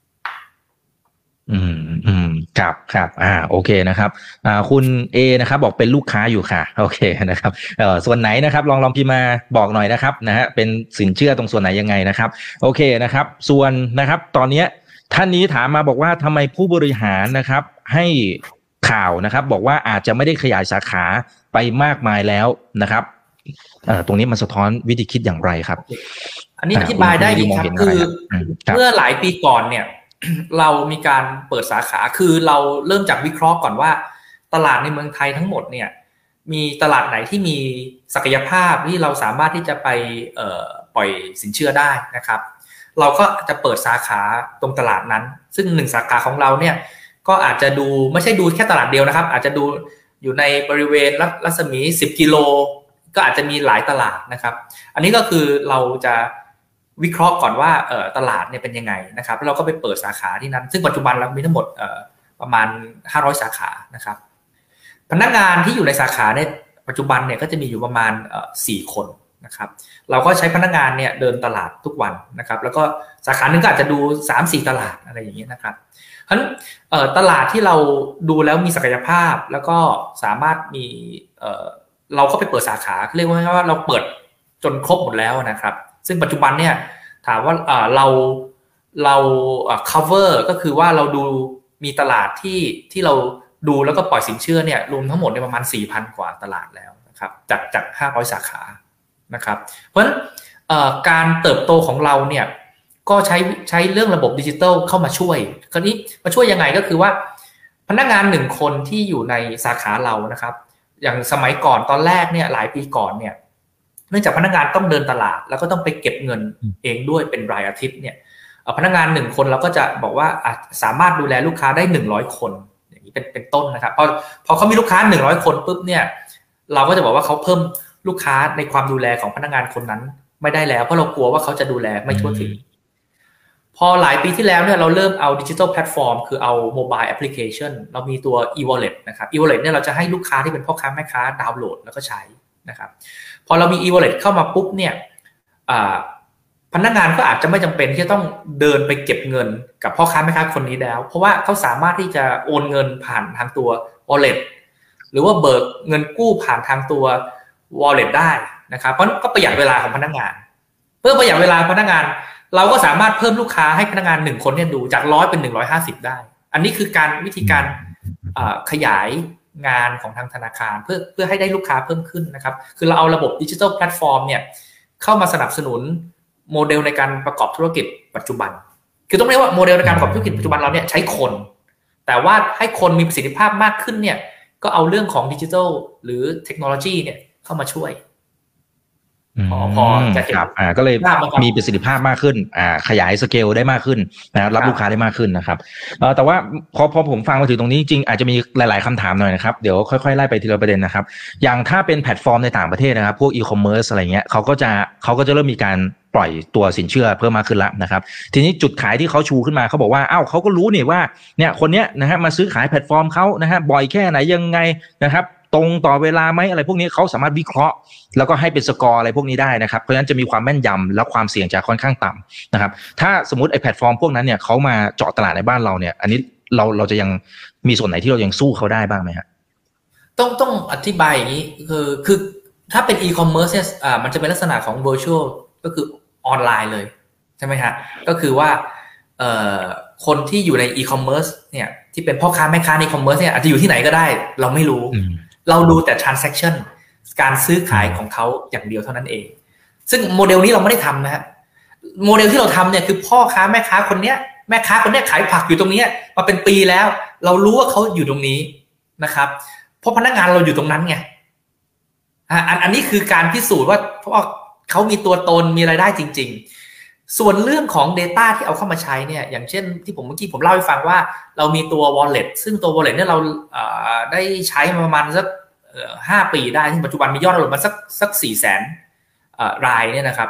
อืมอืมครับครับอ่าโอเคนะครับอ่าคุณเอนะครับบอกเป็นลูกค้าอยู่ค่ะโอเคนะครับเอ่อส่วนไหนนะครับลองลองพิมพ์มาบอกหน่อยนะครับนะฮะเป็นสินเชื่อตรงส่วนไหนยังไงนะครับโอเคนะครับส่วนนะครับตอนนี้ท่านนี้ถามมาบอกว่าทำไมผู้บริหารนะครับให้ข่าวนะครับบอกว่าอาจจะไม่ได้ขยายสาขาไปมากมายแล้วนะครับเอ่อตรงนี้มันสะท้อนวิธีคิดอย่างไรครับอันนี้อธิบายได้ดีครับคือเมื่อหลายปีก่อนเนี่ยเรามีการเปิดสาขาคือเราเริ่มจากวิเคราะห์ก่อนว่าตลาดในเมืองไทยทั้งหมดเนี่ยมีตลาดไหนที่มีศักยภาพที่เราสามารถที่จะไปเอ่อปล่อยสินเชื่อได้นะครับเราก็จะเปิดสาขาตรงตลาดนั้นซึ่งหนึ่งสาขาของเราเนี่ยก็อาจจะดูไม่ใช่ดูแค่ตลาดเดียวนะครับอาจจะดูอยู่ในบริเวณรัศมีสิบกิโลก็อาจจะมีหลายตลาดนะครับอันนี้ก็คือเราจะวิเคราะห์ก่อนว่าเอ่อตลาดเนี่ยเป็นยังไงนะครับแล้วเราก็ไปเปิดสาขาที่นั้นซึ่งปัจจุบันเรามีทั้งหมดเอ่อประมาณห้าร้อยสาขานะครับพนักงานที่อยู่ในสาขาเนี่ยปัจจุบันเนี่ยก็จะมีอยู่ประมาณเอ่อสี่คนนะครับเราก็ใช้พนักงานเนี่ยเดินตลาดทุกวันนะครับแล้วก็สาขาหนึ่งก็อาจจะดู สามสี่ ตลาดอะไรอย่างเงี้ยนะครับเพราะฉะนั้นเอ่อตลาดที่เราดูแล้วมีศักยภาพแล้วก็สามารถมีเอ่อเราก็ไปเปิดสาขาเรียกว่าเราเปิดจนครบหมดแล้วนะครับซึ่งปัจจุบันเนี่ยถามว่าเอ่อเราเราเอ่อ cover ก็คือว่าเราดูมีตลาดที่ที่เราดูแล้วก็ปล่อยสินเชื่อเนี่ยรวมทั้งหมดในประมาณ สี่พัน กว่าตลาดแล้วนะครับจากจากห้าร้อยสาขานะครับเพราะฉะนั้นเอ่อการเติบโตของเราเนี่ยก็ใช้ใช้เรื่องระบบดิจิทัลเข้ามาช่วยคราวนี้มาช่วยยังไงก็คือว่าพนักงานหนึ่งคนที่อยู่ในสาขาเรานะครับอย่างสมัยก่อนตอนแรกเนี่ยหลายปีก่อนเนี่ยเนื่องจากพนักงานต้องเดินตลาดแล้วก็ต้องไปเก็บเงินเองด้วยเป็นรายอาทิตย์เนี่ยพนักงานหนึ่งคนเราก็จะบอกว่าสามารถดูแลลูกค้าได้หนึ่งร้อยคนอย่างนี้เป็นเป็นต้นนะครับพอพอเขามีลูกค้าหนึ่งร้อยคนปุ๊บเนี่ยเราก็จะบอกว่าเขาเพิ่มลูกค้าในความดูแลของพนักงานคนนั้นไม่ได้แล้วเพราะเรากลัวว่าเขาจะดูแลไม่ทั่วถึงพอหลายปีที่แล้วเนี่ยเราเริ่มเอาดิจิทัลแพลตฟอร์มคือเอาโมบายแอปพลิเคชันเรามีตัว e-wallet นะครับ e-wallet เนี่ยเราจะให้ลูกค้าที่เป็นพ่อค้าแม่ค้าดาวน์โหลดแล้วก็ใช้นะครับพอเรามี e-wallet เข้ามาปุ๊บเนี่ยพนักงานก็อาจจะไม่จำเป็นที่จะต้องเดินไปเก็บเงินกับพ่อค้าแม่ค้าคนนี้แล้วเพราะว่าเขาสามารถที่จะโอนเงินผ่านทางตัว wallet หรือว่าเบิกเงินกู้ผ่านทางตัว wallet ได้นะครับเพราะก็ประหยัดเวลาของพนักงานเพื่อประหยัดเวลาพนักงานเราก็สามารถเพิ่มลูกค้าให้พนักงานหนึ่งคนเนี่ยดูจากร้อยเป็นหนึ่งร้อยห้าสิบได้อันนี้คือการวิธีการขยายงานของทางธนาคารเพื่อเพื่อให้ได้ลูกค้าเพิ่มขึ้นนะครับคือเราเอาระบบดิจิทัลแพลตฟอร์มเนี่ยเข้ามาสนับสนุนโมเดลในการประกอบธุรกิจปัจจุบันคือต้องเรียกว่าโมเดลในการประกอบธุรกิจปัจจุบันเราเนี่ยใช้คนแต่ว่าให้คนมีประสิทธิภาพมากขึ้นเนี่ยก็เอาเรื่องของดิจิทัลหรือเทคโนโลยีเนี่ยเข้ามาช่วยพอพอจะเห็นอ่าก็เลยมีประสิทธิภาพมากขึ้นอ่าขยายสเกลได้มากขึ้นนะครับรับลูกค้าได้มากขึ้นนะครับเอ่อแต่ว่าพอพอผมฟังมาถึงตรงนี้จริงอาจจะมีหลายๆคำถามหน่อยนะครับเดี๋ยวค่อยๆไล่ไปทีละประเด็นนะครับอย่างถ้าเป็นแพลตฟอร์มในต่างประเทศนะครับพวกอีคอมเมิร์ซอะไรเงี้ยเขาก็จะเขาก็จะเริ่มมีการปล่อยตัวสินเชื่อเพิ่มมากขึ้นแล้วนะครับทีนี้จุดขายที่เขาชูขึ้นมาเขาบอกว่าอ้าวเขาก็รู้นี่ว่าเนี่ยคนเนี้ยนะฮะมาซื้อขายแพลตฟอร์มเขานะฮะบ่อยแค่ไหนยังไงนะครับตรงต่อเวลาไหมอะไรพวกนี้เขาสามารถวิเคราะห์แล้วก็ให้เป็นสกอร์อะไรพวกนี้ได้นะครับเพราะฉะนั้นจะมีความแม่นยำและความเสี่ยงจะค่อนข้างต่ำนะครับถ้าสมมติไอ้แพลตฟอร์มพวกนั้นเนี่ยเขามาเจาะตลาดในบ้านเราเนี่ยอันนี้เราเราจะยังมีส่วนไหนที่เรายังสู้เขาได้บ้างไหมครับต้องต้องอธิบายอย่างนี้คือคือถ้าเป็นอีคอมเมิร์ซเนี่ยอ่ามันจะเป็นลักษณะของ virtual ก็คือออนไลน์เลยใช่ไหมฮะก็คือว่าเอ่อคนที่อยู่ในอีคอมเมิร์ซเนี่ยที่เป็นพ่อค้าแม่ค้าในอีคอมเมิร์ซเนี่ยอาจจะอยู่ที่ไหนก็ได้เราไม่รู้เราดูแต่ transaction การซื้อขายของเขาอย่างเดียวเท่านั้นเองซึ่งโมเดลนี้เราไม่ได้ทำนะฮะโมเดลที่เราทำเนี่ยคือพ่อค้าแม่ค้าคนเนี้ยแม่ค้าคนเนี้ยขายผักอยู่ตรงนี้มาเป็นปีแล้วเรารู้ว่าเขาอยู่ตรงนี้นะครับเพราะพนักงานเราอยู่ตรงนั้นไงอันอันนี้คือการพิสูจน์ว่าเพราะว่าเขามีตัวตนมีรายได้จริงๆส่วนเรื่องของ data ที่เอาเข้ามาใช้เนี่ยอย่างเช่นที่ผมเมื่อกี้ผมเล่าให้ฟังว่าเรามีตัว wallet ซึ่งตัว wallet เนี่ยเราได้ใช้มาประมาณสักห้าปีได้ที่ปัจจุบันมียอดโหลดมาสักสัก สี่แสน รายเนี่ยนะครับ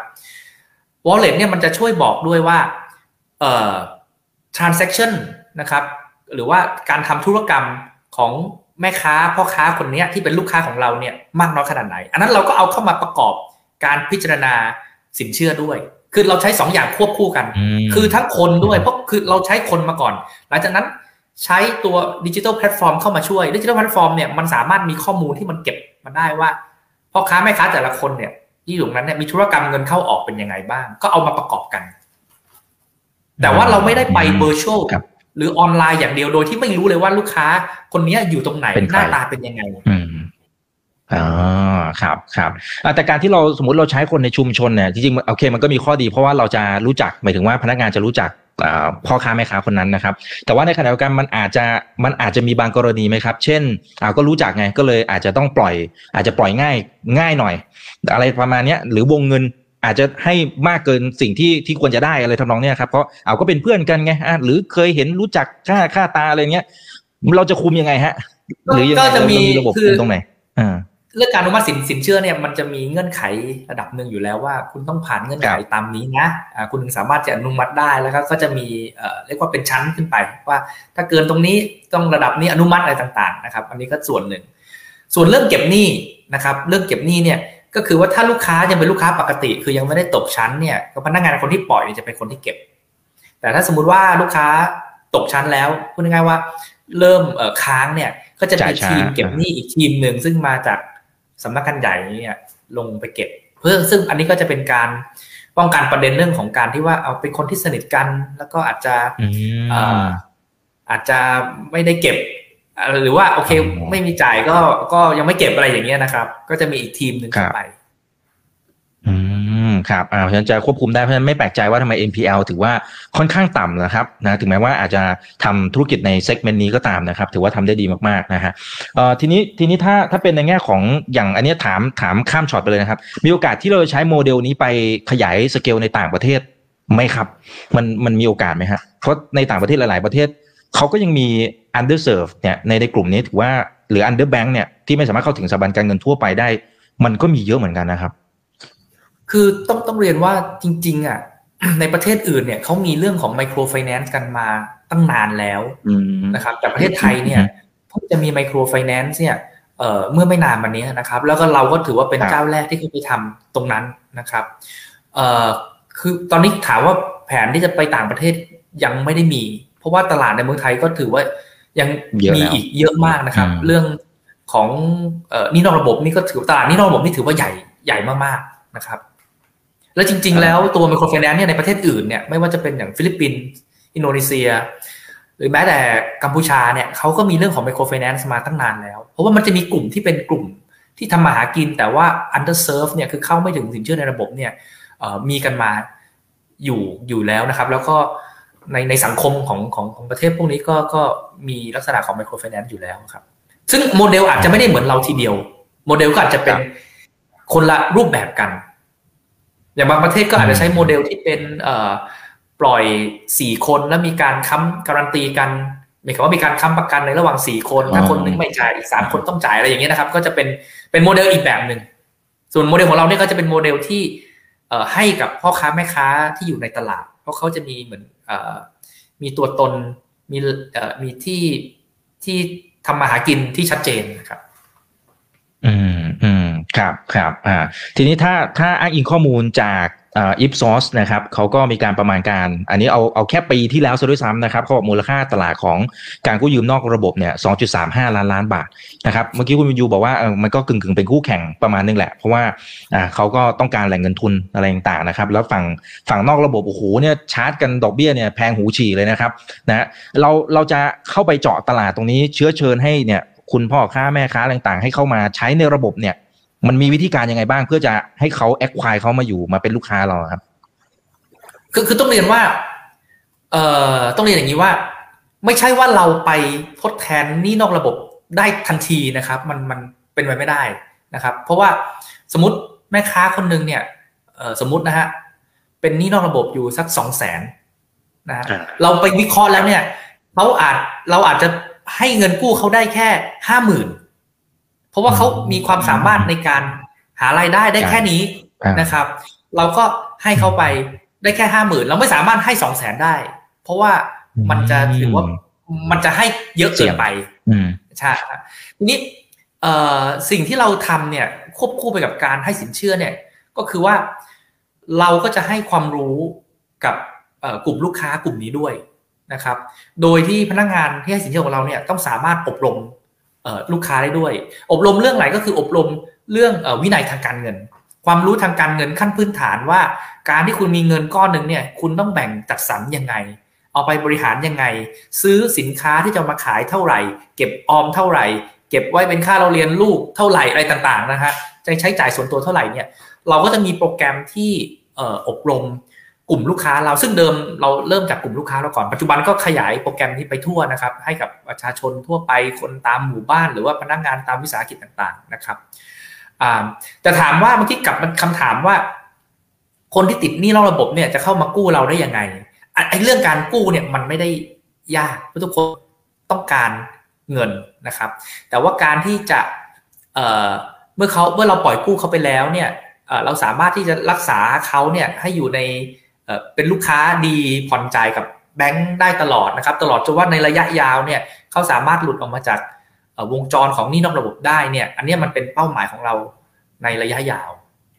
wallet เนี่ยมันจะช่วยบอกด้วยว่าเอ่อ transaction นะครับหรือว่าการทำธุรกรรมของแม่ค้าพ่อค้าคนนี้ที่เป็นลูกค้าของเราเนี่ยมากน้อยขนาดไหนอันนั้นเราก็เอาเข้ามาประกอบการพิจารณาสินเชื่อด้วยคือเราใช้สองอย่างควบคู่กันคือทั้งคนด้วยเพราะคือเราใช้คนมาก่อนหลังจากนั้นใช้ตัวดิจิทัลแพลตฟอร์มเข้ามาช่วยดิจิทัลแพลตฟอร์มเนี่ยมันสามารถมีข้อมูลที่มันเก็บมาได้ว่าพ่อค้าแม่ค้าแต่ละคนเนี่ยที่อยู่ตรงนั้นเนี่ยมีธุรกรรมเงินเข้าออกเป็นยังไงบ้างก็เอามาประกอบกันแต่ว่าเราไม่ได้ไปเวอร์ชวลหรือออนไลน์อย่างเดียวโดยที่ไม่รู้เลยว่าลูกค้าคนนี้อยู่ตรงไหนหน้าตาเป็นยังไงอ๋อครับครับแต่การที่เราสมมติเราใช้คนในชุมชนเนี่ยจริงๆโอเคมันก็มีข้อดีเพราะว่าเราจะรู้จักหมายถึงว่าพนักงานจะรู้จักพ่อค้าแม่ค้าคนนั้นนะครับแต่ว่าในขณะเดียวกันมันอาจจะมันอาจจะมีบางกรณีไหมครับเช่นอ่าก็รู้จักไงก็เลยอาจจะต้องปล่อยอาจจะปล่อยง่ายง่ายหน่อยอะไรประมาณนี้หรือวงเงินอาจจะให้มากเกินสิ่งที่ที่ควรจะได้อะไรทำนองเนี้ยครับเพราะเอาก็เป็นเพื่อนกันไงอ่ะหรือเคยเห็นรู้จักค่าค่าตาอะไรเงี้ยเราจะคุมยังไงฮะหรือยังไงเรามีระบบคุมตรงไหนอ่าเรื่องการอนุมัติสินสินเชื่อเนี่ยมันจะมีเงื่อนไขระดับหนึ่งอยู่แล้วว่าคุณต้องผ่านเงื่อนไขตามนี้นะอ่าคุณถึงสามารถจะอนุมัติได้แล้วก็จะมีเอ่อเรียกว่าเป็นชั้นขึ้นไปว่าถ้าเกินตรงนี้ต้องระดับนี้อนุมัติอะไรต่างๆนะครับอันนี้ก็ส่วนหนึ่งส่วนเรื่องเก็บหนี้นะครับเรื่องเก็บหนี้เนี่ยก็คือว่าถ้าลูกค้ายังเป็นลูกค้าปกติคือยังไม่ได้ตกชั้นเนี่ยก็พนักงานคนที่ปล่อยจะเป็นคนที่เก็บแต่ถ้าสมมุติว่าลูกค้าตกชั้นแล้วพูดง่ายๆว่าเริ่มเอ่อค้างเนี่ยก็จะมีทีมเก็บหนี้อีกทีมหนึ่งซึ่งมาจากสำนักงานใหญ่เนี่ยลงไปเก็บเพื่อซึ่งอันนี้ก็จะเป็นการป้องกันประเด็นเรื่องของการที่ว่าเอาเป็นคนที่สนิทกันแล้วก็อาจจะอ่าอาจจะไม่ได้เก็บหรือว่าโอเคไม่มีจ่ายก็ก็ยังไม่เก็บอะไรอย่างเงี้ยนะครับก็จะมีอีกทีมนึงเข้าไปอืมครับอ่าเพราะฉะนั้นจะควบคุมได้เพราะฉะนั้นไม่แปลกใจว่าทำไม เอ็น พี แอล ถือว่าค่อนข้างต่ำนะครับนะถึงแม้ว่าอาจจะทำธุรกิจในเซกเมนต์นี้ก็ตามนะครับถือว่าทำได้ดีมากๆนะฮะเอ่อทีนี้ทีนี้ถ้าถ้าเป็นในแง่ของอย่างอันนี้ถามถามข้ามช็อตไปเลยนะครับมีโอกาสที่เราจะใช้โมเดลนี้ไปขยายสเกลในต่างประเทศไหมครับมันมันมีโอกาสไหมฮะเพราะในต่างประเทศหลายๆประเทศเขาก็ยังมี underserved เนี่ยในในกลุ่มนี้ถือว่าหรือ underbank เนี่ยที่ไม่สามารถเข้าถึงสถาบันการเงินทั่วไปได้มันก็มีเยอะเหมือนกันนะครับคือต้องต้องเรียนว่าจริงๆอ่ะ ในประเทศอื่นเนี่ยเขามีเรื่องของไมโครไฟแนนซ์กันมาตั้งนานแล้วนะครับแต่ประเทศไทยเนี่ยเพิ่งจะมีไมโครไฟแนนซ์เนี่ยเอ่อเมื่อไม่นานมานี้นะครับแล้วก็เราก็ถือว่าเป็นเจ้าแรกที่เขาไปทำตรงนั้นนะครับเอ่อคือตอนนี้ถามว่าแผนที่จะไปต่างประเทศยังไม่ได้มีเพราะว่าตลาดในเมืองไทยก็ถือว่ายังมีอีกเยอะมากนะครับเรื่องของเอ่อนี่นอกระบบนี่ก็ถือตลาดนี่นอกระบบนี่ถือว่าใหญ่ใหญ่มากๆนะครับแล้วจริงๆแล้วตัวไมโครไฟแนนซ์เนี่ยในประเทศอื่นเนี่ยไม่ว่าจะเป็นอย่างฟิลิปปินส์อินโดนีเซียหรือแม้แต่กัมพูชาเนี่ยเขาก็มีเรื่องของ microfinance มาตั้งนานแล้วเพราะว่ามันจะมีกลุ่มที่เป็นกลุ่มที่ทำมาหากินแต่ว่า underserve เนี่ยคือเข้าไม่ถึงสินเชื่อในระบบเนี่ยมีกันมาอยู่อยู่แล้วนะครับแล้วก็ในในสังคมของของของประเทศพวกนี้ก็ก็มีลักษณะของ microfinance อยู่แล้วครับซึ่งโมเดลอาจจะไม่ได้เหมือนเราทีเดียวโมเดลก็อาจจะเป็นคนละรูปแบบกันอย่างบางประเทศก็อาจจะใช้โมเดลที่เป็นเอ่อปล่อยสี่คนแล้วมีการค้ำการันตีกันหมายความว่ามีการค้ำประกันในระหว่างสี่คนถ้าคนนึงไม่จ่ายอีกสามคนต้องจ่ายอะไรอย่างเงี้ยนะครับก็จะเป็นเป็นโมเดลอีกแบบนึงส่วนโมเดลของเราเนี่ยก็จะเป็นโมเดลที่เอ่อให้กับพ่อค้าแม่ค้าที่อยู่ในตลาดเพราะเขาจะมีเหมือนเอ่อมีตัวตนมีเอ่อมีที่ที่ทำมาหากินที่ชัดเจนนะครับอืมอืมครับครับอ่าทีนี้ถ้าถ้าอ้างอิงข้อมูลจากอ่า Ipsos นะครับเขาก็มีการประมาณการอันนี้เอาเอาแค่ปีที่แล้วซะด้วยซ้ำนะครับเขาบอกมูลค่าตลาดของการกู้ยืมนอกระบบเนี่ย สองจุดสามห้า ล้านล้านบาทนะครับเมื่อกี้คุณวินยูบอกว่าเออมันก็กึ่งๆเป็นคู่แข่งประมาณนึงแหละเพราะว่าอ่าเขาก็ต้องการแหล่งเงินทุนอะไรต่างๆนะครับแล้วฝั่งฝั่งนอกระบบโอ้โหเนี่ยชาร์จกันดอกเบี้ยเนี่ยแพงหูฉี่เลยนะครับนะเราเราจะเข้าไปเจาะตลาดตรงนี้เชื้อเชิญให้เนี่ยคุณพ่อค้าแม่ค้าต่างๆให้เข้ามาใช้ในระบบเนี่ยมันมีวิธีการยังไงบ้างเพื่อจะให้เขาแอคควายเขามาอยู่มาเป็นลูกค้าเราครับคือคือต้องเรียนว่าเอ่อต้องเรียนอย่างนี้ว่าไม่ใช่ว่าเราไปทดแทนหนี้นอกระบบได้ทันทีนะครับมันมันเป็นไปไม่ได้นะครับเพราะว่าสมมติแม่ค้าคนนึงเนี่ยเอ่อสมมตินะฮะเป็นหนี้นอกระบบอยู่สัก สองแสน นะฮะเราไปวิเคราะห์แล้วเนี่ยเขาอาจเราอาจจะให้เงินกู้เขาได้แค่ ห้าหมื่น เพราะว่าเขามีความสามารถในการหารายได้ได้แค่นี้นะครับเราก็ให้เขาไปได้แค่ ห้าหมื่น เราไม่สามารถให้ สองแสน ได้เพราะว่ามันจะถือว่ามันจะให้เยอะเกินไปใช่ทีนี้สิ่งที่เราทำเนี่ยควบคู่ไปกับการให้สินเชื่อเนี่ยก็คือว่าเราก็จะให้ความรู้กับกลุ่มลูกค้ากลุ่มนี้ด้วยนะครับโดยที่พนักงานที่ให้สินเชื่อของเราเนี่ยต้องสามารถอบรมลูกค้าได้ด้วยอบรมเรื่องไหนก็คืออบรมเรื่องวินัยทางการเงินความรู้ทางการเงินขั้นพื้นฐานว่าการที่คุณมีเงินก้อนหนึ่งเนี่ยคุณต้องแบ่งจัดสรรยังไงเอาไปบริหารยังไงซื้อสินค้าที่จะมาขายเท่าไหร่เก็บออมเท่าไหร่เก็บไว้เป็นค่าเราเรียนลูกเท่าไหร่อะไรต่างๆนะฮะจะใช้จ่ายส่วนตัวเท่าไหร่เนี่ยเราก็จะมีโปรแกรมที่อบรมกลุ่มลูกค้าเราซึ่งเดิมเราเริ่มจากกลุ่มลูกค้าเราก่อนปัจจุบันก็ขยายโปรแกรมนี้ไปทั่วนะครับให้กับประชาชนทั่วไปคนตามหมู่บ้านหรือว่าพนักงานตามวิสาหกิจต่างๆนะครับแต่ถามว่าเมื่อกี้กลับมาคำถามว่าคนที่ติดหนี้นอกระบบเนี่ยจะเข้ามากู้เราได้ยังไงไอ้เรื่องการกู้เนี่ยมันไม่ได้ยากเพราะทุกคนต้องการเงินนะครับแต่ว่าการที่จะเอ่อเมื่อเขาเมื่อเราปล่อยกู้เขาไปแล้วเนี่ยเอ่อเราสามารถที่จะรักษาเขาเนี่ยให้อยู่ในเอ่อเป็นลูกค้าดีผ่อนจ่ายกับแบงค์ได้ตลอดนะครับตลอดจนว่าในระยะยาวเนี่ยเขาสามารถหลุดออกมาจากวงจรของหนี้นอกระบบได้เนี่ยอันนี้มันเป็นเป้าหมายของเราในระยะยาว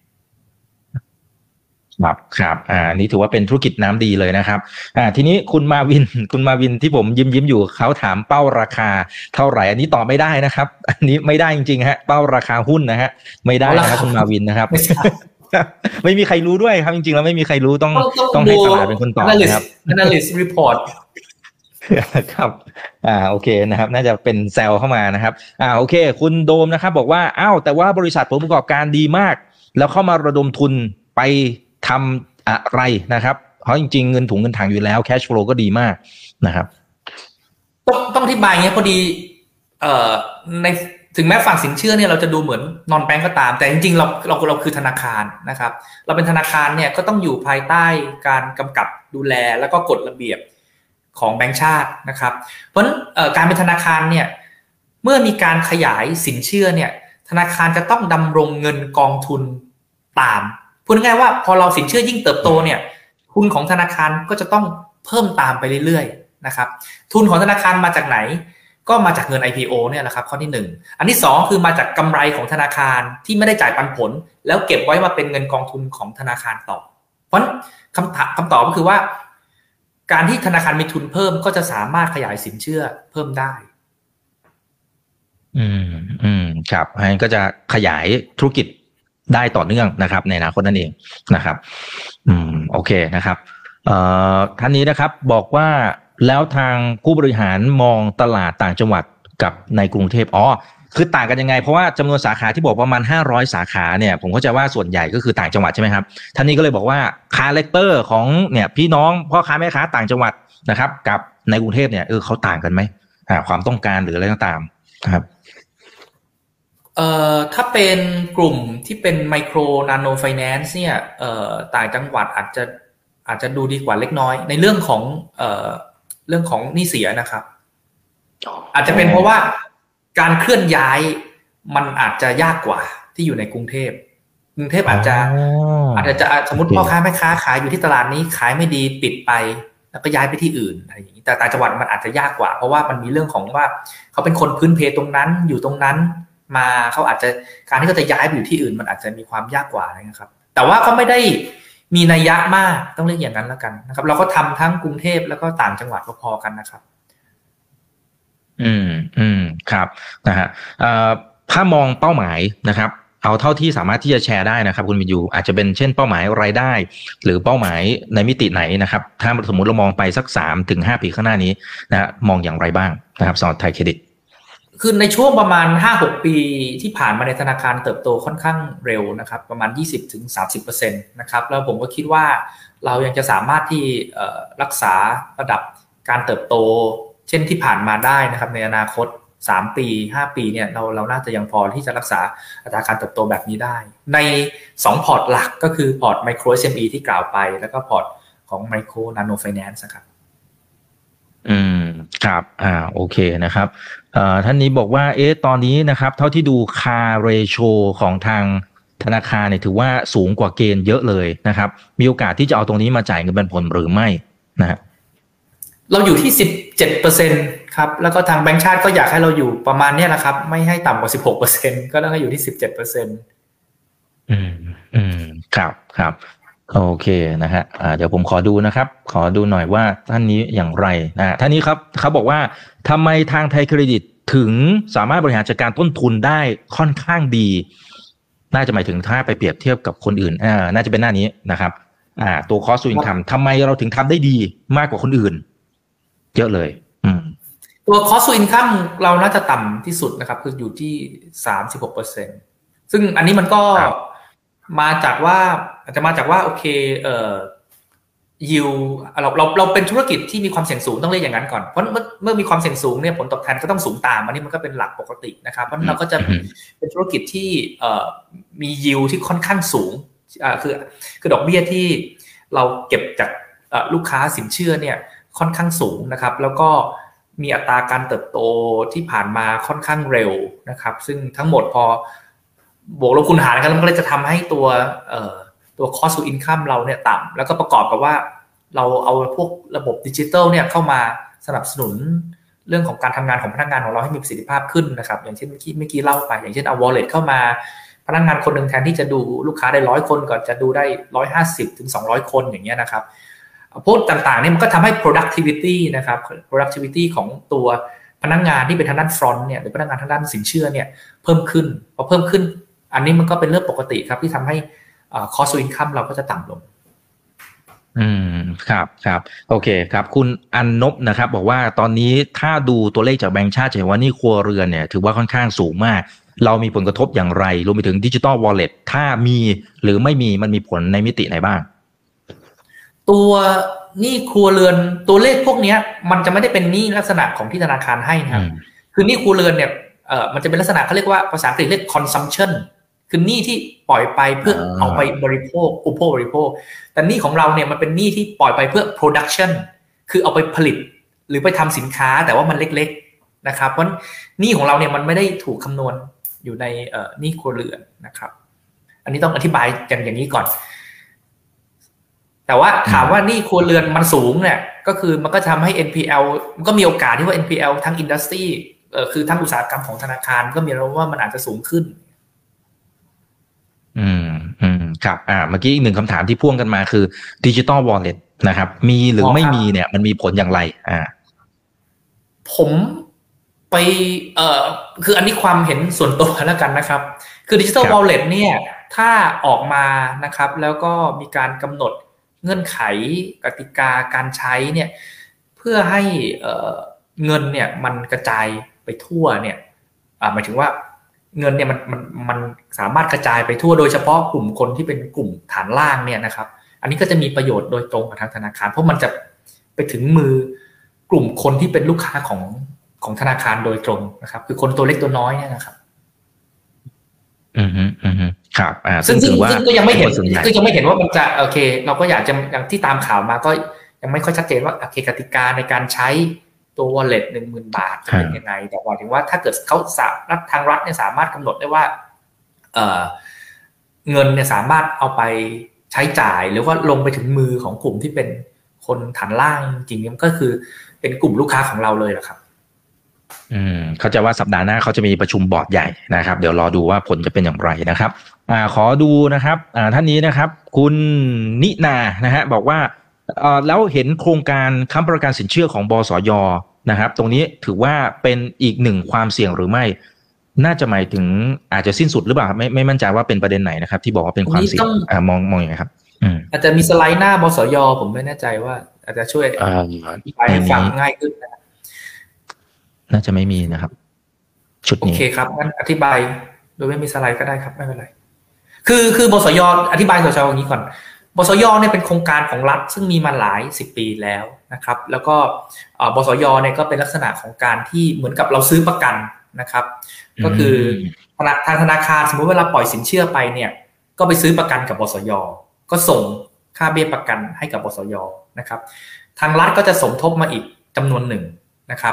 ครับครับอ่านี่ถือว่าเป็นธุรกิจน้ำดีเลยนะครับอ่าทีนี้คุณมาวินคุณมาวินที่ผมยิ้มยิ้มอยู่เขาถามเป้าราคาเท่าไหร่อันนี้ตอบไม่ได้นะครับอันนี้ไม่ได้จริงๆฮะเป้าราคาหุ้นนะฮะไม่ได้นะครับคุณมาวินนะครับไม่มีใครรู้ด้วยครับจริงๆแล้วไม่มีใครรู้ต้องต้องให้ตลาดเป็นคนตอบนะครับ Analyst Report ครับอ่าโอเคนะครับน่าจะเป็นแซลเข้ามานะครับอ่าโอเคคุณโดมนะครับบอกว่าอ้าวแต่ว่าบริษัทผลประกอบการดีมากแล้วเข้ามาระดมทุนไปทำอะไรนะครับเพราะจริงๆเงินถุงเงินถังอยู่แล้วแคชฟลูก็ดีมากนะครับต้องต้องอธิบายอย่างเงี้ยพอดีเอ่อในถึงแม้ฝั่งสินเชื่อเนี่ยเราจะดูเหมือนนอนแบงก์ก็ตามแต่จริงๆเราเราเราคือธนาคารนะครับเราเป็นธนาคารเนี่ยก็ต้องอยู่ภายใต้การกำกับดูแลแล้วก็กฎระเบียบของแบงก์ชาตินะครับเพราะฉะนั้นการเป็นธนาคารเนี่ยเมื่อมีการขยายสินเชื่อเนี่ยธนาคารจะต้องดำรงเงินกองทุนตามพูดง่ายๆว่าพอเราสินเชื่อยิ่งเติบโตเนี่ยทุนของธนาคารก็จะต้องเพิ่มตามไปเรื่อยๆนะครับทุนของธนาคารมาจากไหนก็มาจากเงิน ไอ พี โอ เนี่ยแหละครับข้อที่หนึ่งอันที่สองคือมาจากกำไรของธนาคารที่ไม่ได้จ่ายปันผลแล้วเก็บไว้มาเป็นเงินกองทุนของธนาคารต่อเพราะคำถามคำตอบก็คือว่าการที่ธนาคารมีทุนเพิ่มก็จะสามารถขยายสินเชื่อเพิ่มได้อืมอืมครับอันนี้ก็จะขยายธุรกิจได้ต่อเนื่องนะครับในอนาคตนั่นเองนะครับอืมโอเคนะครับเอ่อท่านนี้นะครับบอกว่าแล้วทางผู้บริหารมองตลาดต่างจังหวัดกับในกรุงเทพอ๋อคือต่างกันยังไงเพราะว่าจำนวนสาขาที่บอกประมาณห้าร้อยสาขาเนี่ยผมเข้าใจว่าส่วนใหญ่ก็คือต่างจังหวัดใช่ไหมครับท่านนี้ก็เลยบอกว่าคาแรคเตอร์ของเนี่ยพี่น้องพ่อค้าแม่ค้าต่างจังหวัดนะครับกับในกรุงเทพเนี่ยเออเขาต่างกันไหมอ่าความต้องการหรืออะไรก็ตามนะครับเอ่อถ้าเป็นกลุ่มที่เป็นไมโครนาโนไฟแนนซ์เนี่ยเอ่อต่างจังหวัดอาจจะอาจจะดูดีกว่าเล็กน้อยในเรื่องของเอ่อเรื่องของหนี้เสียนะครับอาจจะเป็นเพราะว่าการเคลื่อนย้ายมันอาจจะยากกว่าที่อยู่ในกรุงเทพกรุงเทพอาจจะอาจจะสมมติพ่อค้าแม่ค้าขายอยู่ที่ตลาดนี้ขายไม่ดีปิดไปแล้วก็ย้ายไปที่อื่นอะไรอย่างนี้แต่ต่างจังหวัดมันอาจจะยากกว่าเพราะว่ามันมีเรื่องของว่าเขาเป็นคนพื้นเพตรงนั้นอยู่ตรงนั้นมาเขาอาจจะการที่เขาจะย้ายไปอยู่ที่อื่นมันอาจจะมีความยากกว่านะครับแต่ว่าก็ไม่ได้มีนัยยะมากต้องเรียกอย่างนั้นแล้วกันนะครับเราก็ทำทั้งกรุงเทพแล้วก็ต่างจังหวัดพอๆกันนะครับอืมอืมครับนะฮะเอ่อถ้ามองเป้าหมายนะครับเอาเท่าที่สามารถที่จะแชร์ได้นะครับคุณวินยูอาจจะเป็นเช่นเป้าหมายรายได้หรือเป้าหมายในมิติไหนนะครับถ้าสมมุติเรามองไปสักสามถึงห้าปีข้างหน้านี้นะมองอย่างไรบ้างนะครับสำหรับไทยเครดิตคือในช่วงประมาณ ห้าหก ปีที่ผ่านมาในธนาคารเติบโตค่อนข้างเร็วนะครับประมาณ ยี่สิบถึงสามสิบเปอร์เซ็นต์ นะครับแล้วผมก็คิดว่าเรายังจะสามารถที่รักษาระดับการเติบโตเช่นที่ผ่านมาได้นะครับในอนาคตสามปีห้าปีเนี่ยเราเราน่าจะยังพอที่จะรักษาอัตราการเติบโตแบบนี้ได้ในสองพอร์ตหลักก็คือพอร์ต Micro เอส เอ็ม อี ที่กล่าวไปแล้วก็พอร์ตของ Micro Nano Finance นะครับอืมครับอ่าโอเคนะครับเอ่อท่านนี้บอกว่าเอ๊ะตอนนี้นะครับเท่าที่ดู Car Ratio ของทางธนาคารเนี่ยถือว่าสูงกว่าเกณฑ์เยอะเลยนะครับมีโอกาสที่จะเอาตรงนี้มาจ่ายเงินปันผลหรือไม่นะฮะเราอยู่ที่ สิบเจ็ดเปอร์เซ็นต์ ครับแล้วก็ทางแบงก์ชาติก็อยากให้เราอยู่ประมาณนี้แหละครับไม่ให้ต่ำกว่า สิบหกเปอร์เซ็นต์ ก็ต้องให้อยู่ที่ สิบเจ็ดเปอร์เซ็นต์อืมอืมครับครับโอเคนะฮะอ่าเดี๋ยวผมขอดูนะครับขอดูหน่อยว่าท่านนี้อย่างไรนะท่านนี้ครับเขาบอกว่าทำไมทางไทยเครดิตถึงสามารถบริหารจัดการต้นทุนได้ค่อนข้างดีน่าจะหมายถึงถ้าไปเปรียบเทียบกับคนอื่นอ่าน่าจะเป็นหน้านี้นะครับอ่าตัว cost to income ทำไมเราถึงทำได้ดีมากกว่าคนอื่นเยอะเลยอืมตัว cost to income เราน่าจะต่ำที่สุดนะครับคืออยู่ที่ สามสิบหกเปอร์เซ็นต์ ซึ่งอันนี้มันก็มาจากว่าอาจจะมาจากว่าโอเคเอ่อยิวเราเราเราเป็นธุรกิจที่มีความเสี่ยงสูงต้องเรียกอย่างนั้นก่อนเพราะเมื่อเมื่อมีความเสี่ยงสูงเนี่ยผลตอบแทนก็ต้องสูงตามอันนี้มันก็เป็นหลักปกตินะครับเพราะเราก็จะเป็นธุรกิจที่เอ่อมียิวที่ค่อนข้างสูงอ่าคือคือดอกเบี้ยที่เราเก็บจากลูกค้าสินเชื่อเนี่ยค่อนข้างสูงนะครับแล้วก็มีอัตราการเติบโตที่ผ่านมาค่อนข้างเร็วนะครับซึ่งทั้งหมดพอบวกลบคูณหารกันมันก็เลยจะทำให้ตัวเอ่อตัว cost to income เราเนี่ยต่ำแล้วก็ประกอบกับว่าเราเอาพวกระบบดิจิทัลเนี่ยเข้ามาสนับสนุนเรื่องของการทำงานของพนักงานของเราให้มีประสิทธิภาพขึ้นนะครับอย่างเช่นเมื่อกี้เมื่อกี้เล่าไปอย่างเช่นเอา wallet เข้ามาพนักงานคนหนึ่งแทนที่จะดูลูกค้าได้ร้อยคนก่อนจะดูได้หนึ่งร้อยห้าสิบถึงสองร้อยคนอย่างเงี้ยนะครับพวกต่างๆนี่มันก็ทำให้ productivity นะครับ productivity ของตัวพนักงานที่เป็นทางด้าน front เนี่ยหรือพนักงานทางด้านสินเชื่อเนี่ยเพิ่มขึ้นพอเพิ่มขึ้นอันนี้มันก็เป็นเรื่องปกติครับที่ทำให้ cost to income เราก็จะต่ำลงอืมครับครับโอเคครับคุณอันนบนะครับบอกว่าตอนนี้ถ้าดูตัวเลขจากแบงก์ชาติจะเห็นว่านี่ครัวเรือนเนี่ยถือว่าค่อนข้างสูงมากเรามีผลกระทบอย่างไรรวมไปถึง Digital Wallet ถ้ามีหรือไม่มีมันมีผลในมิติไหนบ้างตัวหนี้ครัวเรือนตัวเลขพวกนี้มันจะไม่ได้เป็นหนี้ลักษณะของที่ธนาคารให้นะครับคือหนี้ครัวเรือนเนี่ยเอ่อมันจะเป็นลักษณะเขาเรียกว่าภาษาอังกฤษเรียก consumption คือหนี้ที่ปล่อยไปเพื่อเอาไปบริโภคอุปโภคบริโภคแต่หนี้ของเราเนี่ยมันเป็นหนี้ที่ปล่อยไปเพื่อ production คือเอาไปผลิตหรือไปทำสินค้าแต่ว่ามันเล็กๆนะครับเพราะหนี้ของเราเนี่ยมันไม่ได้ถูกคำนวณอยู่ในเอ่อหนี้ครัวเรือนนะครับอันนี้ต้องอธิบายกันอย่างนี้ก่อนแต่ว่าถามว่าหนี้ครัวเรือนมันสูงเนี่ยก็คือมันก็ทำให้ เอ็น พี แอล มันก็มีโอกาสที่ว่า เอ็น พี แอล ทั้งอินดัสทรีเอ่อคือทั้งอุตสาหกรรมของธนาคารก็มีแนวโน้มว่ามันอาจจะสูงขึ้นอืมอืมครับอ่าเมื่อกี้อีกหนึ่งคำถามที่พ่วงกันมาคือ Digital Wallet นะครับมีหรือไม่มีเนี่ยมันมีผลอย่างไรอ่าผมไปเอ่อคืออันนี้ความเห็นส่วนตัวแล้วกันนะครับคือ Digital Wallet เนี่ยถ้าออกมานะครับแล้วก็มีการกำหนดเงื่อนไขกติกาการใช้เนี่ยเพื่พื่อให้เงินเนี่ยมันกระจายไปทั่วเนี่ยหมายถึงว่าเงินเนี่ยมันมันมันสามารถกระจายไปทั่วโดยเฉพาะกลุ่มคนที่เป็นกลุ่มฐานล่างเนี่ยนะครับอันนี้ก็จะมีประโยชน์โดยตรงกับทางธนาคารเพราะมันจะไปถึงมือกลุ่มคนที่เป็นลูกค้าของของธนาคารโดยตรงนะครับคือคนตัวเล็กตัวน้อยเนี่ยนะครับอืมอืมครับอ่าซึ่งซึ่งก็ยังไม่เห็นก็ยังไม่เห็นว่ามันจะโอเคเราก็อยากจะอย่างที่ตามข่าวมาก็ยังไม่ค่อยชัดเจนว่าโอเคกติกาในการใช้ตัว wallet หนึ่งหมื่น บาทจะเป็นยังไงแต่บอกถึงว่าถ้าเกิดเขาสามารถทางรัฐเนี่ยสามารถกำหนดได้ว่าเอ่อเงินเนี่ยสามารถเอาไปใช้จ่ายหรือว่าลงไปถึงมือของกลุ่มที่เป็นคนฐานล่างจริงๆมันก็คือเป็นกลุ่มลูกค้าของเราเลยแหละครับอืมเขาจะว่าสัปดาห์หน้าเขาจะมีประชุมบอร์ดใหญ่นะครับเดี๋ยวรอดูว่าผลจะเป็นอย่างไรนะครับอ่าขอดูนะครับอ่าท่านนี้นะครับคุณนินานะฮะบอกว่าเอ่อแล้วเห็นโครงการค้ำประกันสินเชื่อของบสย.นะครับตรงนี้ถือว่าเป็นอีกหนึ่งความเสี่ยงหรือไม่น่าจะหมายถึงอาจจะสิ้นสุดหรือเปล่าไม่ไม่มั่นใจว่าเป็นประเด็นไหนนะครับที่บอกว่าเป็นความเสี่ยงอ่ามองมองอย่างไรครับอืมอาจจะมีสไลด์หน้าบสย.ผมไม่แน่ใจว่าอาจจะช่วยอธิบายให้ฟังง่ายขึ้นนะน่าจะไม่มีนะครับชุดนี้โอเคครับงั้นอธิบายโดยไม่มีสไลด์ก็ได้ครับไม่เป็นไรคือคือบสย.อธิบายบสย.อย่างนี้ก่อนบสย.เนี่ยเป็นโครงการของรัฐซึ่งมีมาหลายสิบปีแล้วนะครับแล้วก็บสย.เนี่ยก็เป็นลักษณะของการที่เหมือนกับเราซื้อประกันนะครับก็คือทางธนาคารสมมุติเวลาปล่อยสินเชื่อไปเนี่ยก็ไปซื้อประกันกับบสย.ก็ส่งค่าเบี้ยประกันให้กับบสย.นะครับทางรัฐก็จะสมทบมาอีกจำนวนหนึ่งนะครับ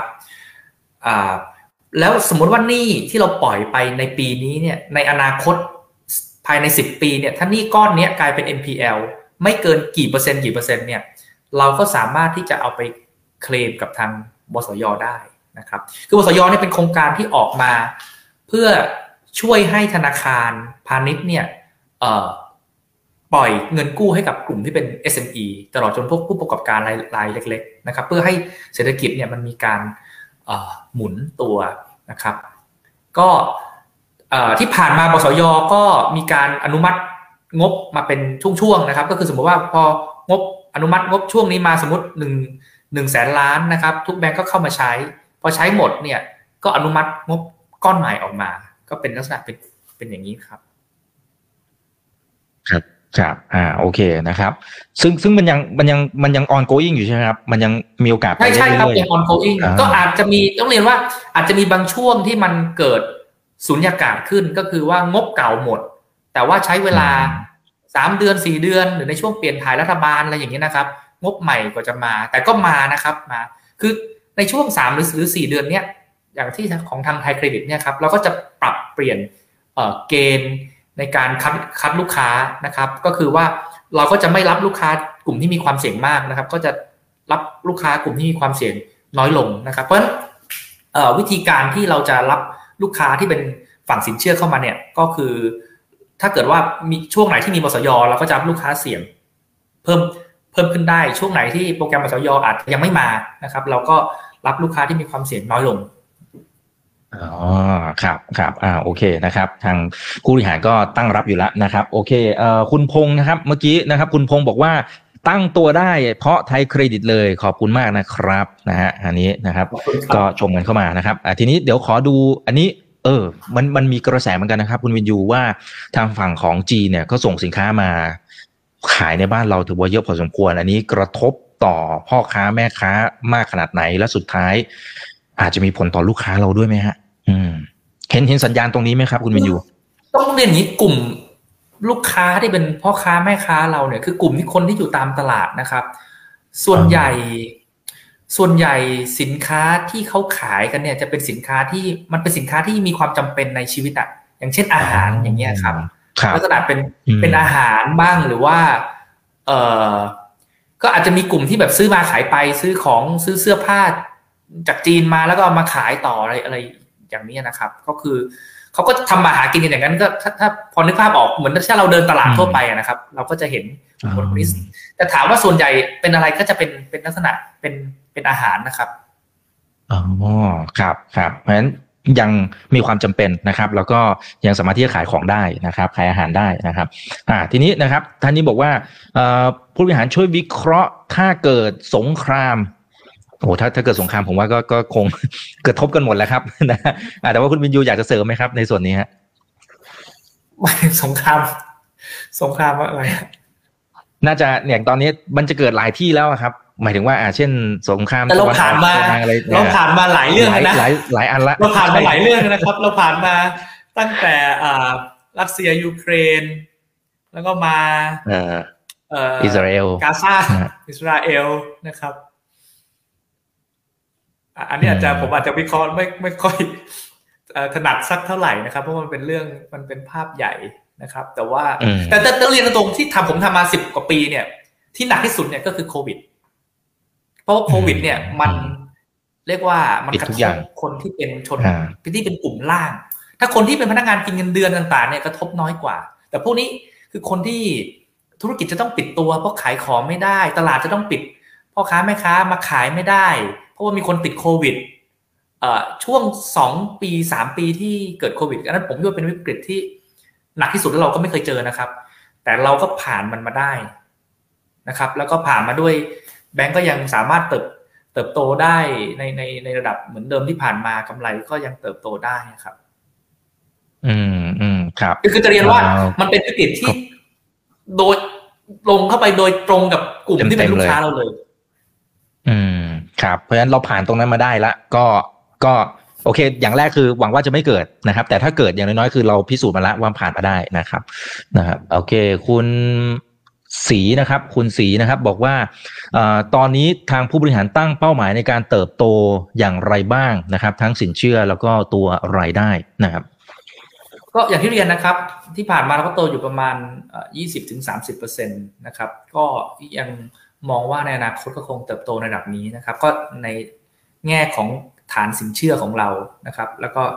แล้วสมมติว่าหนี้ที่เราปล่อยไปในปีนี้เนี่ยในอนาคตภายในสิบปีเนี่ยถ้าหนี้ก้อนนี้กลายเป็น เอ็น พี แอล ไม่เกินกี่เปอร์เซ็นต์กี่เปอร์เซ็นต์เนี่ยเราก็สามารถที่จะเอาไปเคลมกับทางบสย.ได้นะครับคือบสย.เนี่ยเป็นโครงการที่ออกมาเพื่อช่วยให้ธนาคารพาณิชย์เนี่ยเอ่อปล่อยเงินกู้ให้กับกลุ่มที่เป็น เอส เอ็ม อี ตลอดจนพวกผู้ประกอบการรายรายเล็กๆนะครับเพื่อให้เศรษฐกิจเนี่ยมันมีการหมุนตัวนะครับก็ที่ผ่านมาบสย.ก็มีการอนุมัติงบมาเป็นช่วงๆนะครับก็คือสมมติว่าพองบอนุมัติงบช่วงนี้มาสมมติหนึ่งหนึ่งแสนล้านนะครับทุกแบงก์ก็เข้ามาใช้พอใช้หมดเนี่ยก็อนุมัติงบก้อนใหม่ออกมาก็เป็นลักษณะเป็นเป็นอย่างนี้ครับครับครับอ่าโอเคนะครับซึ่งซึ่งมันยังมันยังมันยัง ongoing อยู่ใช่ไหมครับมันยังมีโอกาสใช่ใช่ครับยัง ongoing ก็อาจจะมีต้องเรียนว่าอาจจะมีบางช่วงที่มันเกิดสุญญากาศขึ้นก็คือว่างบเก่าหมดแต่ว่าใช้เวลาสามเดือนสี่เดือนหรือในช่วงเปลี่ยนถ่ายรัฐบาลอะไรอย่างนี้นะครับงบใหม่ก็จะมาแต่ก็มานะครับมาคือในช่วงสามหรือสี่เดือนเนี้ยอย่างที่ของทางไทยเครดิตเนี่ยครับเราก็จะปรับเปลี่ยนเอ่อเกณฑ์ในการคัดคัดลูกค้านะครับก็คือว่าเราก็จะไม่รับลูกค้ากลุ่มที่มีความเสี่ยงมากนะครับก็จะรับลูกค้ากลุ่มที่มีความเสี่ยงน้อยลงนะครับเพราะฉะนั้นวิธีการที่เราจะรับลูกค้าที่เป็นฝั่งสินเชื่อเข้ามาเนี่ยก็คือถ้าเกิดว่ามีช่วงไหนที่มีบสย.เราก็จะรับลูกค้าเสี่ยงเพิ่มเพิ่มขึ้นได้ช่วงไหนที่โปรแกรมบสย.อาจยังไม่มานะครับเราก็รับลูกค้าที่มีความเสี่ยงน้อยลงอ๋อครับครับอ่าโอเคนะครับทางผู้บริหารก็ตั้งรับอยู่แล้วนะครับโอเคเอ่อคุณพงษ์นะครับเมื่อกี้นะครับคุณพงษ์บอกว่าตั้งตัวได้เพราะไทยเครดิตเลยขอบคุณมากนะครับนะฮะอันนี้นะครับก็ชมกันเข้ามานะครับอ่าทีนี้เดี๋ยวขอดูอันนี้เออมันมันมีกระแสเหมือนกันนะครับคุณวินยูว่าทางฝั่งของจีนเนี่ยก็ส่งสินค้ามาขายในบ้านเราถือว่าเยอะพอสมควรอันนี้กระทบต่อพ่อค้าแม่ค้ามากขนาดไหนและสุดท้ายอาจจะมีผลต่อลูกค้าเราด้วยไหมฮะอืมเห็นเห็นสัญญาณตรงนี้ไหมครับคุณวินยูต้องเรียนอย่างนี้กลุ่มลูกค้าที่เป็นพ่อค้าแม่ค้าเราเนี่ยคือกลุ่มที่คนที่อยู่ตามตลาดนะครับส่วนใหญ่ส่วนใหญ่สินค้าที่เขาขายกันเนี่ยจะเป็นสินค้าที่มันเป็นสินค้าที่มีความจำเป็นในชีวิตอะอย่างเช่นอาหารอย่างเงี้ยครับลักษณะเป็นเป็นอาหารบ้างหรือว่าเออก็อาจจะมีกลุ่มที่แบบซื้อมาขายไปซื้อของซื้อเสื้อผ้าจากจีนมาแล้วก็เอามาขายต่ออะไรอะไรอย่างนี้นะครับก็คือเขาก็ทำมาหากินกันอย่างนั้นก็ถ้าถ้าพอนึกภาพออกเหมือนถ้าเราเดินตลาดทั่วไปนะครับเราก็จะเห็นคนนี้แต่ถามว่าส่วนใหญ่เป็นอะไรก็จะเป็นเป็นลักษณะเป็นเป็นอาหารนะครับอ๋อครับครับเพราะฉะนั้นยังมีความจำเป็นนะครับแล้วก็ยังสามารถที่จะขายของได้นะครับขายอาหารได้นะครับอ่าทีนี้นะครับท่านนี้บอกว่าผู้บริหารช่วยวิเคราะห์ถ้าเกิดสงครามโอ้ถ้าถ้าเกิดสงครามผมว่าก็ก็คงกระทบกันหมดแล้วครับนะแต่ว่าคุณวินยูอยากจะเสริมไหมครับในส่วนนี้ฮะไม่สงครามสงครามอะไรน่าจะเนี่ยตอนนี้มันจะเกิดหลายที่แล้วครับหมายถึงว่าอ่าเช่นสงครามแต่เราผ่านมาเราผ่านมาหลายเรื่องนะหลายหลายอันละเราผ่านมาหลายเรื่องนะครับเราผ่านมาตั้งแต่อ่ารัสเซียยูเครนแล้วก็มาเอ่อเอ่ออิสราเอลกาซาอิสราเอลนะครับอันนี้อาจจะผมอาจจะวิเคราะห์ไม่ไม่ค่อยถนัดสักเท่าไหร่นะครับเพราะมันเป็นเรื่องมันเป็นภาพใหญ่นะครับแต่ว่าแต่แต่ต้องเรียนตรงที่ทำผมทำมาสิบกว่าปีเนี่ยที่หนักที่สุดเนี่ยก็คือโควิดเพราะว่าโควิดเนี่ยมันเรียกว่ามันกระทบคนที่เป็นชนที่เป็นกลุ่มล่างถ้าคนที่เป็นพนักงานกินเงินเดือนต่างๆเนี่ยกระทบน้อยกว่าแต่พวกนี้คือคนที่ธุรกิจจะต้องปิดตัวเพราะขายของไม่ได้ตลาดจะต้องปิดพ่อค้าแม่ค้ามาขายไม่ได้เพราะว่ามีคนติดโควิดเอ่อช่วงสองปีสามปีที่เกิดโควิดอันนั้นผมว่าเป็นวิกฤตที่หนักที่สุดแล้วเราก็ไม่เคยเจอนะครับแต่เราก็ผ่านมันมาได้นะครับแล้วก็ผ่านมาด้วยแบงก์ก็ยังสามารถเติบเติบโตได้ในในในระดับเหมือนเดิมที่ผ่านมากำไรก็ยังเติบโตได้นะครับอืมอืมครับคือจะเรียนว่ามันเป็นวิกฤตที่โดยลงเข้าไปโดยตรงกับกลุ่มที่เป็นลูกค้าเราเลยอืมครับเพราะฉะนั้นเราผ่านตรงนั้นมาได้ละก็ก็โอเคอย่างแรกคือหวังว่าจะไม่เกิดนะครับแต่ถ้าเกิดอย่างน้อยๆคือเราพิสูจน์มาแล้วว่าผ่านมาได้นะครับนะครับโอเคคุณศรีนะครับคุณศรีนะครับบอกว่าเอ่อตอนนี้ทางผู้บริหารตั้งเป้าหมายในการเติบโตอย่างไรบ้างนะครับทั้งสินเชื่อแล้วก็ตัวรายได้นะครับก็อย่างที่เรียนนะครับที่ผ่านมาเราก็โตอยู่ประมาณ ยี่สิบถึงสามสิบเปอร์เซ็นต์ นะครับก็ยังมองว่าในอนาคตก็คงเติบโตในระดับนี้นะครับก็ในแง่ของฐานสินเชื่อของเรานะครับแล้วก็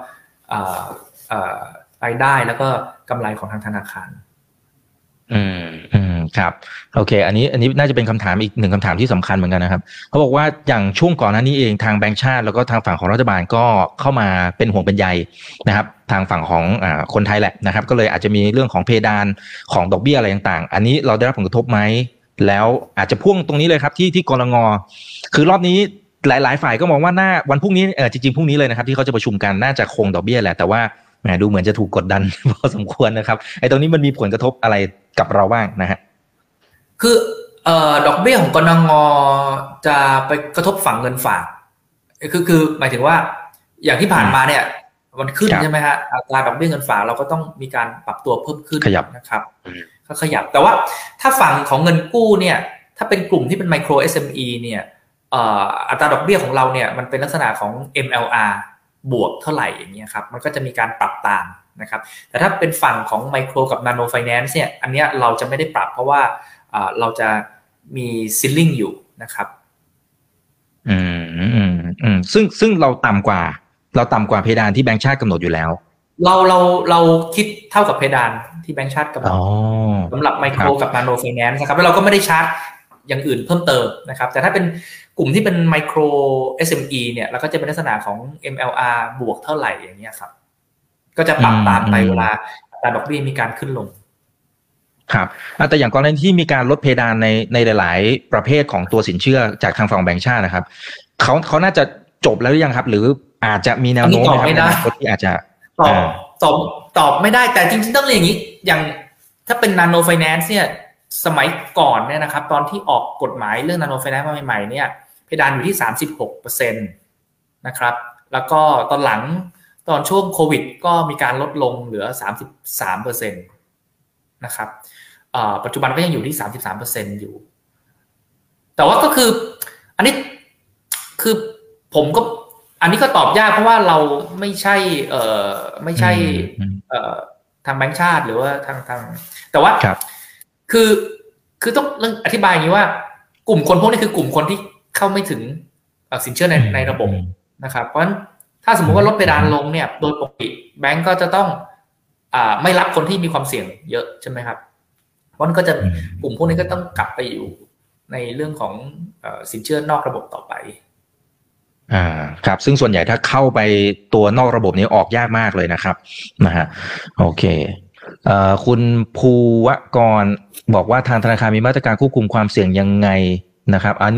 รายได้แล้วก็กำไรของทางธนาคารอืมอืมครับโอเคอันนี้อันนี้น่าจะเป็นคำถามอีกหนึ่งคำถามที่สำคัญเหมือนกันนะครับเขาบอกว่าอย่างช่วงก่อนหน้านี้เองทางแบงก์ชาติแล้วก็ทางฝั่งของรัฐบาลก็เข้ามาเป็นห่วงเป็นใยนะครับทางฝั่งของอ่าคนไทยแหละนะครับก็เลยอาจจะมีเรื่องของเพดานของดอกเบี้ยอะไรต่างๆอันนี้เราได้รับผลกระทบไหมแล้วอาจจะพ่วงตรงนี้เลยครับที่ที่กลง.คือรอบนี้หลายๆฝ่ายก็มองว่าหน้าวันพรุ่งนี้เออจริงๆพรุ่งนี้เลยนะครับที่เขาจะประชุมกันน่าจะคงดอกเบี้ยแหละแต่ว่าแหมดูเหมือนจะถูกกดดันพอสมควรนะครับไอ้ตรงนี้มันมีผลกระทบอะไรกับเราบ้างนะฮะคือเอ่อดอกเบี้ยของกนง.จะไปกระทบฝั่งเงินฝากคือคือหมายถึงว่าอย่างที่ผ่านมาเนี่ยมันขึ้นใช่ไหมฮะอัตราดอกเบี้ยเงินฝากเราก็ต้องมีการปรับตัวเพิ่มขึ้นนะครับก็ขยับแต่ว่าถ้าฝั่งของเงินกู้เนี่ยถ้าเป็นกลุ่มที่เป็นไมโคร เอส เอ็ม อี เนี่ยอัตราดอกเบี้ยของเราเนี่ยมันเป็นลักษณะของ เอ็ม แอล อาร์ บวกเท่าไหร่อย่างเงี้ยครับมันก็จะมีการปรับตามนะครับแต่ถ้าเป็นฝั่งของไมโครกับนาโนไฟแนนซ์เนี่ยอันเนี้ยเราจะไม่ได้ปรับเพราะว่าเราจะมีซีลลิ่งอยู่นะครับอืมอืมอืมซึ่งซึ่งเราต่ำกว่าเราต่ำกว่าเพดานที่แบงก์ชาติกำหนดอยู่แล้วเราเราเราคิดเท่ากับเพดานที่แบงก์ชาติกำหนดสำหรับไมโครกับนาโนไฟแนนซ์นะครับแล้วเราก็ไม่ได้ชาร์จอย่างอื่นเพิ่มเติมนะครับแต่ถ้าเป็นกลุ่มที่เป็นไมโคร เอส เอ็ม อี เนี่ยเราก็จะเป็นลักษณะของ เอ็ม แอล อาร์ บวกเท่าไหร่อย่างเงี้ยครับก็จะปรับตามไปเวลาอัตราดอกเบี้ยมีการขึ้นลงครับแต่อย่างกรณีที่มีการลดเพดานในในหลายๆประเภทของตัวสินเชื่อจากทางฝั่งแบงก์ชาตินะครับเขาเขาน่าจะจบแล้วหรือยังครับหรืออาจจะมีแนวโน้มในอนาคตที่อาจจะตอบตอบตอบไม่ได้แต่จริงๆต้องเรียนอย่างนี้อย่างถ้าเป็นนาโนไฟแนนซ์เนี่ยสมัยก่อนเนี่ยนะครับตอนที่ออกกฎหมายเรื่องนาโนไฟแนนซ์มาใหม่ๆเนี่ยเพดานอยู่ที่ สามสิบหกเปอร์เซ็นต์ นะครับแล้วก็ตอนหลังตอนช่วงโควิดก็มีการลดลงเหลือ สามสิบสามเปอร์เซ็นต์ นะครับปัจจุบันก็ยังอยู่ที่ สามสิบสามเปอร์เซ็นต์ อยู่แต่ว่าก็คืออันนี้คือผมก็อันนี้ก็ตอบยากเพราะว่าเราไม่ใช่เอ่อไม่ใช่เอ่อทางแบงก์ชาติหรือว่าทางทางแต่ว่าคือคือต้องอธิบายอย่างนี้ว่ากลุ่มคนพวกนี้คือกลุ่มคนที่เข้าไม่ถึงสินเชื่อในในระบบนะครับเพราะฉะนั้นถ้าสมมุติว่าลดเพดานลงเนี่ยโดยปกติแบงก์ก็จะต้องอ่าไม่รับคนที่มีความเสี่ยงเยอะใช่ไหมครับเพราะนั้นก็จะกลุ่มพวกนี้ก็ต้องกลับไปอยู่ในเรื่องของสินเชื่อนอกระบบต่อไปอ่าครับซึ่งส่วนใหญ่ถ้าเข้าไปตัวนอกระบบนี้ออกยากมากเลยนะครับนะฮะโอเคเอ่อคุณภูวกรบอกว่าทางธนาคารมีมาตรการควบคุมความเสี่ยงยังไงนะครับอันนี้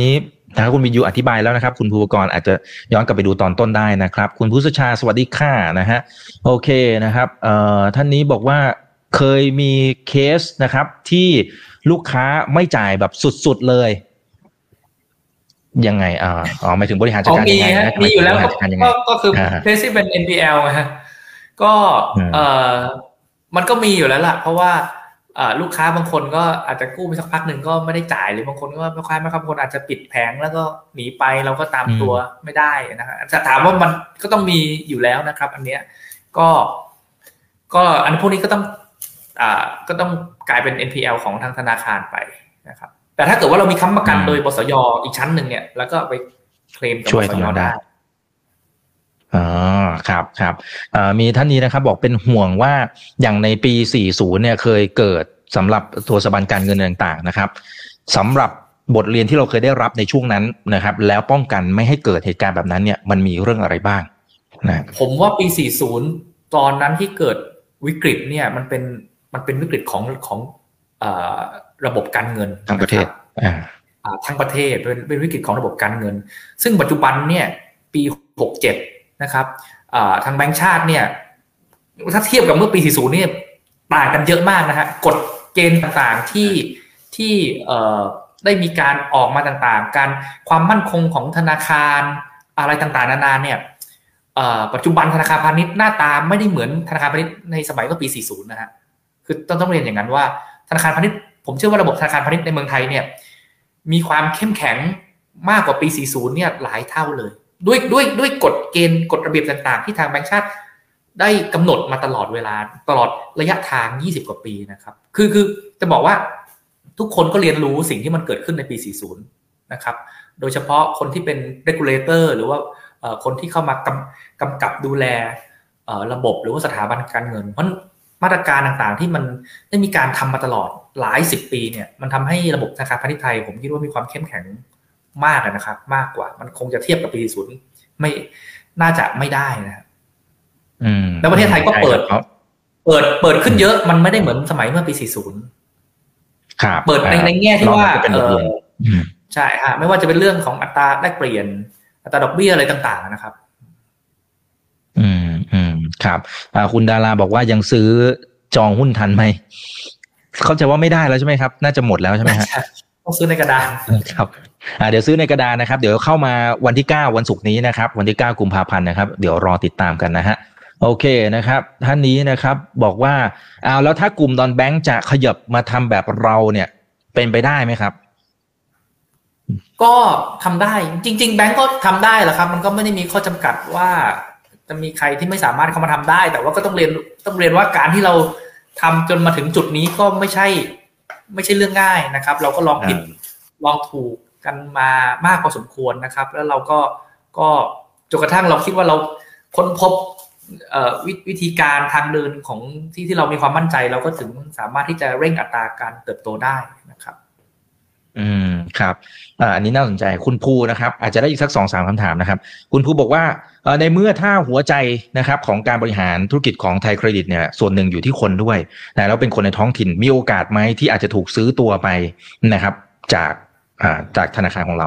ถ้าคุณวินยูอธิบายแล้วนะครับคุณภูวกรอาจจะย้อนกลับไปดูตอนต้นได้นะครับคุณพุทธชาสวัสดีค่ะนะฮะโอเคนะครับเอ่อท่านนี้บอกว่าเคยมีเคสนะครับที่ลูกค้าไม่จ่ายแบบสุดๆเลยยังไงอ่าอ๋อหมายถึงบริหารจัดการยังไงนะมีอยู่แล้วก็คือเคสที่เป็น เอ็น พี แอล ฮะก็เอ่อมันก็มีอยู่แล้วล่ะเพราะว่าลูกค้าบางคนก็อาจจะกู้ไปสักพักหนึ่งก็ไม่ได้จ่ายหรือบางคนก็ลูกค้าบางคนอาจจะปิดแผงแล้วก็หนีไปเราก็ตามตัวไม่ได้นะครับจะถามว่ามันก็ต้องมีอยู่แล้วนะครับอันเนี้ยก็ก็อันพวกนี้ก็ต้องอ่าก็ต้องกลายเป็น เอ็น พี แอล ของทางธนาคารไปนะครับแต่ถ้าเกิดว่าเรามีค้ำประกันโดยบสย.อีกชั้นหนึ่งเนี่ยแล้วก็ไปเคลมกับบสย.ได้อ๋อครับครับมีท่านนี้นะครับบอกเป็นห่วงว่าอย่างในปีสี่สิบเนี่ยเคยเกิดสำหรับตัวสถาบันการเงินต่างๆนะครับสำหรับบทเรียนที่เราเคยได้รับในช่วงนั้นนะครับแล้วป้องกันไม่ให้เกิดเหตุการณ์แบบนั้นเนี่ยมันมีเรื่องอะไรบ้างนะผมว่าปีสี่สิบตอนนั้นที่เกิดวิกฤตเนี่ยมันเป็นมันเป็นวิกฤตของของเอ่อระบบการเงินทั้งประเทศอ่าทั้งประเทศเป็นเป็นวิกฤตของระบบการเงินซึ่งปัจจุบันเนี่ยปีหกสิบเจ็ดนะครับทางแบงก์ชาติเนี่ยถ้าเทียบกับเมื่อปีสี่สิบเนี่ยต่างกันเยอะมากนะฮะกฎเกณฑ์ต่างๆที่ที่ได้มีการออกมาต่างๆการความมั่นคงของธนาคารอะไรต่างๆนานาเนี่ยปัจจุบันธนาคารพาณิชย์หน้าตาไม่ได้เหมือนธนาคารพาณิชย์ในสมัยเมื่อปีสี่สิบนะฮะคือต้องต้องเรียนอย่างนั้นว่าธนาคารพาณิชย์ผมเชื่อว่าระบบธนาคารพาณิชย์ในเมืองไทยเนี่ยมีความเข้มแข็งมากกว่าปีสี่สิบเนี่ยหลายเท่าเลยด้วยด้วยด้วยกฎเกณฑ์กฎระเบียบต่างๆที่ทางแบงก์ชาติได้กำหนดมาตลอดเวลาตลอดระยะทางยี่สิบกว่าปีนะครับคือคือจะบอกว่าทุกคนก็เรียนรู้สิ่งที่มันเกิดขึ้นในปีสี่สิบนะครับโดยเฉพาะคนที่เป็น regulator หรือว่าคนที่เข้ามากำกำกับดูแลระบบหรือว่าสถาบันการเงินเพราะมาตรการต่างๆที่มันได้มีการทำมาตลอดหลายสิบปีเนี่ยมันทำให้ระบบธนาคารพาณิชย์ไทยผมคิดว่ามีความเข้มแข็งมากนะครับมากกว่ามันคงจะเทียบกับปีศูนย์ไม่น่าจะไม่ได้นะครับแล้วประเทศไทยก็เปิดเปิดเปิดขึ้นเยอะมันไม่ได้เหมือนสมัยเมื่อปีสี่สิบครับเปิดในในแง่ที่ว่าเออใช่ฮะไม่ว่าจะเป็นเรื่องของอัตราแลกเปลี่ยนอัตราดอกเบี้ยอะไรต่างๆนะครับอืมอืมครับคุณดาราบอกว่ายังซื้อจองหุ้นทันไหมเข้าใจว่าไม่ได้แล้วใช่ไหมครับน่าจะหมดแล้วใช่ไหมฮะต้องซื้อในกระดานครับอ่าเดี๋ยวซื้อในกระดานนะครับเดี๋ยวเข้ามาวันที่เก้าวันศุกร์นี้นะครับวันที่เก้ากุมภาพันธ์นะครับเดี๋ยวรอติดตามกันนะฮะโอเคนะครับท่านนี้นะครับบอกว่าเอาแล้วถ้ากลุ่มดอนแบงค์จะขยับมาทำแบบเราเนี่ยเป็นไปได้ไหมครับก็ทำได้จริงๆแบงค์ก็ทำได้แหละครับมันก็ไม่ได้มีข้อจำกัดว่าจะมีใครที่ไม่สามารถเข้ามาทำได้แต่ว่าก็ต้องเรียนต้องเรียนว่าการที่เราทำจนมาถึงจุดนี้ก็ไม่ใช่ไม่ใช่เรื่องง่ายนะครับเราก็ลองผิดลองถูกกันมามากพอสมควรนะครับแล้วเราก็ก็จนกระทั่งเราคิดว่าเราค้นพบวิธีการทางเดินของที่ที่เรามีความมั่นใจเราก็ถึงสามารถที่จะเร่งอัตราการเติบโตได้นะครับอืมครับอ่าอันนี้น่าสนใจคุณภูนะครับอาจจะได้อีกสัก สองถึงสาม คำถามนะครับคุณภูบอกว่าในเมื่อถ้าหัวใจนะครับของการบริหารธุรกิจของไทยเครดิตเนี่ยส่วนหนึ่งอยู่ที่คนด้วยนะแล้วเป็นคนในท้องถิ่นมีโอกาสไหมที่อาจจะถูกซื้อตัวไปนะครับจากอ่าจากธนาคารของเรา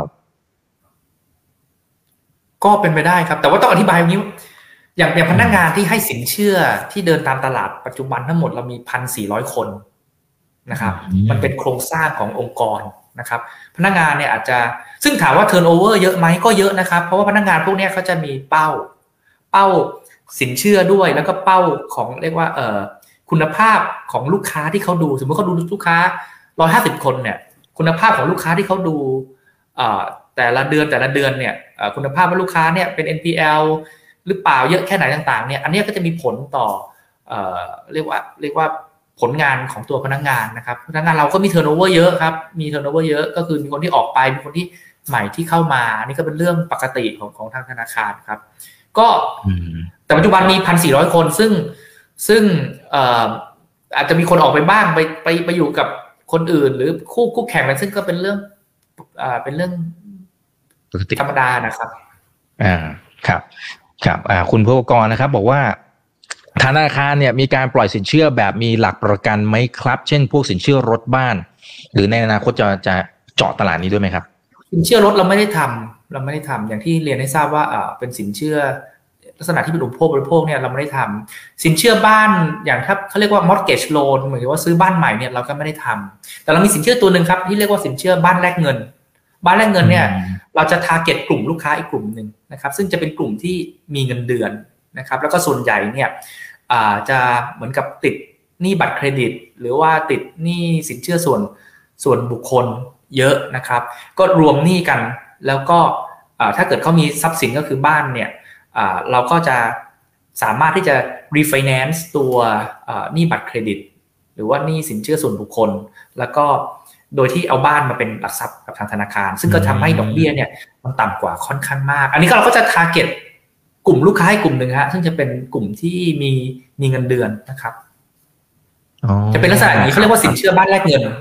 ก็เป็นไปได้ครับแต่ว่าต้องอธิบายอย่างนี้อย่างอย่างพนักงานที่ให้สินเชื่อที่เดินตามตลาดปัจจุบันทั้งหมดเรามี หนึ่งพันสี่ร้อย คนนะครับมันเป็นโครงสร้างขององค์กรนะครับพนักงานเนี่ยอาจจะซึ่งถามว่า turnover เยอะไหมก็เยอะนะครับเพราะว่าพนักงานพวกนี้เขาจะมีเป้าเป้าสินเชื่อด้วยแล้วก็เป้าของเรียกว่าเอ่อคุณภาพของลูกค้าที่เขาดูสมมติเขาดูลูกค้าหนึ่งร้อยห้าสิบคนเนี่ยคุณภาพของลูกค้าที่เขาดูเอ่อแต่ละเดือนแต่ละเดือนเนี่ยคุณภาพว่าลูกค้าเนี่ยเป็น เอ็น พี แอล หรือเปล่าเยอะแค่ไหนต่างๆเนี่ยอันนี้ก็จะมีผลต่อเอ่อเรียกว่าเรียกว่าผลงานของตัวพนักงานนะครับพนักงานเราก็มี turnover เยอะครับมี turnover เยอะก็คือมีคนที่ออกไปมีคนที่ใหม่ที่เข้ามานี่ก็เป็นเรื่องปกติของของทางธนาคารครับก็แต่ปัจจุบันมี หนึ่งพันสี่ร้อย คนซึ่งซึ่งเอ่ออาจจะมีคนออกไปบ้างไปไปไปอยู่กับคนอื่นหรือคู่คู่แข่งกันซึ่งก็เป็นเรื่องอ่าเป็นเรื่องธรรมดานะครับอ่าครับครับอ่าคุณภูวกรนะครับบอกว่าธนาคารเนี่ยมีการปล่อยสินเชื่อแบบมีหลักประกันไหมครับเช่นพวกสินเชื่อรถบ้านหรือในอนาคตจะจะเจาะตลาดนี้ด้วยไหมครับสินเชื่อรถเราไม่ได้ทำเราไม่ได้ทำอย่างที่เรียนให้ทราบว่าอ่าเป็นสินเชื่อลักษณะที่เป็นอุปโภคบริโภคเนี่ยเราไม่ได้ทำสินเชื่อบ้านอย่างถ้าเขาเรียกว่า mortgage loan เหมือนว่าซื้อบ้านใหม่เนี่ยเราก็ไม่ได้ทำแต่เรามีสินเชื่อตัวหนึ่งครับที่เรียกว่าสินเชื่อบ้านแลกเงินบ้านแลกเงินเนี่ยเราจะ target กลุ่มลูกค้าอีกกลุ่มหนึ่งนะครับซึ่งจะเป็นกลุ่มที่มีเงินเดือนนะครับแล้วก็ส่วนใหญ่เนี่ยอ่าจะเหมือนกับติดหนี้บัตรเครดิตหรือว่าติดหนี้สินเชื่อส่วนส่วนบุคคลเยอะนะครับก็รวมหนี้กันแล้วก็ถ้าเกิดเขามีทรัพย์สินก็คือบ้านเนี่ยเราก็จะสามารถที่จะ refinance ตัวหนี้บัตรเครดิตหรือว่าหนี้สินเชื่อส่วนบุคคลแล้วก็โดยที่เอาบ้านมาเป็นหลักทรัพย์กับทางธนาคารซึ่งก็ทำให้ดอกเบี้ยเนี่ยมันต่ำกว่าค่อนข้างมากอันนี้ก็เราก็จะ target กลุ่มลูกค้าให้กลุ่มหนึ่งฮะซึ่งจะเป็นกลุ่มที่มีมีเงินเดือนนะครับจะเป็นลักษณะอย่างนี้เขาเรียกว่าสินเชื่อบ้านแลกเงิน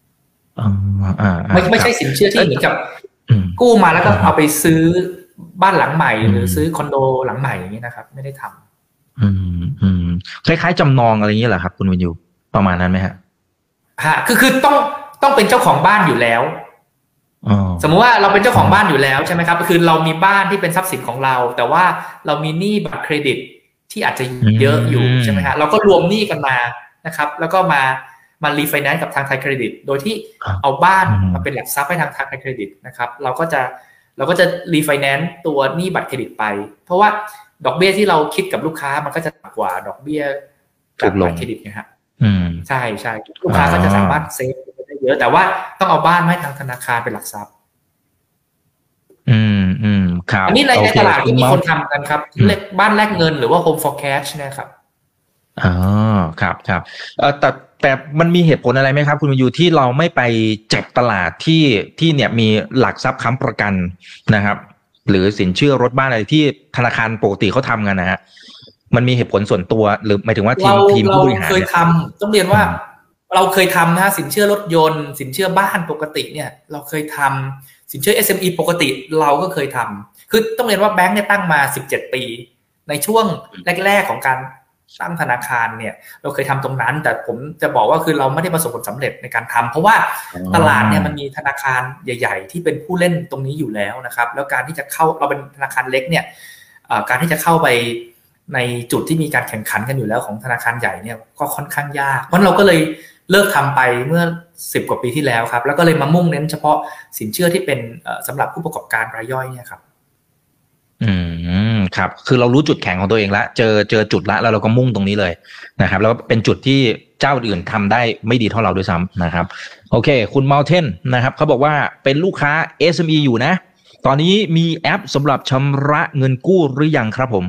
ไม่ไม่ใช่สินเชื่อที่เหมือนกับกู้มาแล้วก็เอาไปซื้อบ้านหลังใหม่หรือซื้อคอนโดหลังใหม่อย่างนี้นะครับไม่ได้ทำอืมอืมคล้ายๆจำนองอะไรอย่างนี้เหรอครับคุณวินยูประมาณนั้นไหมฮะฮะคือคือต้องต้องเป็นเจ้าของบ้านอยู่แล้วสมมุติว่าเราเป็นเจ้าของบ้านอยู่แล้วใช่ไหมครับคือเรามีบ้านที่เป็นทรัพย์สินของเราแต่ว่าเรามีหนี้บัตรเครดิตที่อาจจะเยอะอยู่ใช่ไหมฮะเราก็รวมหนี้กันมานะครับแล้วก็มามารีไฟแนนซ์กับทางไทยเครดิตโดยที่เอาบ้านมาเป็นหลักทรัพย์ให้ทางไทยเครดิตนะครับเราก็จะเราก็จะรีไฟแนนซ์ตัวหนี้บัตรเครดิตไปเพราะว่าดอกเบี้ยที่เราคิดกับลูกค้ามันก็จะต่ำกว่าดอกเบี้ยกับบัตรเครดิตนะครับใช่ใช่ลูกค้าก็จะสามารถเซฟได้เยอะแต่ว่าต้องเอาบ้านให้ทางธนาคารเป็นหลักทรัพย์อืมอืมครับอันนี้ในตลาดที่มีคนทำกันครับเรียกบ้านแลกเงินหรือว่า home for cash นะครับอ๋อครับครับเอ่อแต่แต่มันมีเหตุผลอะไรไหมครับคุณวินยูที่เราไม่ไปจับตลาดที่ที่เนี่ยมีหลักทรัพย์ค้ำประกันนะครับหรือสินเชื่อรถบ้านอะไรที่ธนาคารปกติเขาทำกันนะฮะมันมีเหตุผลส่วนตัวหรือหมายถึงว่าทีมทีมผู้บริหารเราเคยทำต้องเรียนว่าเราเคยทำนะสินเชื่อรถยนต์สินเชื่อบ้านปกติเนี่ยเราเคยทำสินเชื่อ เอส เอ็ม อี ปกติเราก็เคยทำคือต้องเรียนว่าแบงค์เนี่ยตั้งมาสิบเจ็ดปีในช่วงแรกๆของการตั้งธนาคารเนี่ยเราเคยทำตรงนั้นแต่ผมจะบอกว่าคือเราไม่ได้ประสบผลสำเร็จในการทำเพราะว่าตลาดเนี่ยมันมีธนาคารใหญ่ๆที่เป็นผู้เล่นตรงนี้อยู่แล้วนะครับแล้วการที่จะเข้าเราเป็นธนาคารเล็กเนี่ยการที่จะเข้าไปในจุดที่มีการแข่งขันกันอยู่แล้วของธนาคารใหญ่เนี่ยก็ค่อนข้างยากเพราะเราก็เลยเลิกทำไปเมื่อสิบกว่าปีที่แล้วครับแล้วก็เลยมามุ่งเน้นเฉพาะสินเชื่อที่เป็นสำหรับผู้ประกอบการรายย่อยเนี่ยครับอืมครับคือเรารู้จุดแข็งของตัวเองแล้วเจอเจอจุดละแล้วเราก็มุ่งตรงนี้เลยนะครับแล้วเป็นจุดที่เจ้าอื่นทำได้ไม่ดีเท่าเราด้วยซ้ำนะครับโอเคคุณเมาเทนนะครับเขาบอกว่าเป็นลูกค้า เอส เอ็ม อี อยู่นะตอนนี้มีแอปสำหรับชำระเงินกู้หรือยังครับผม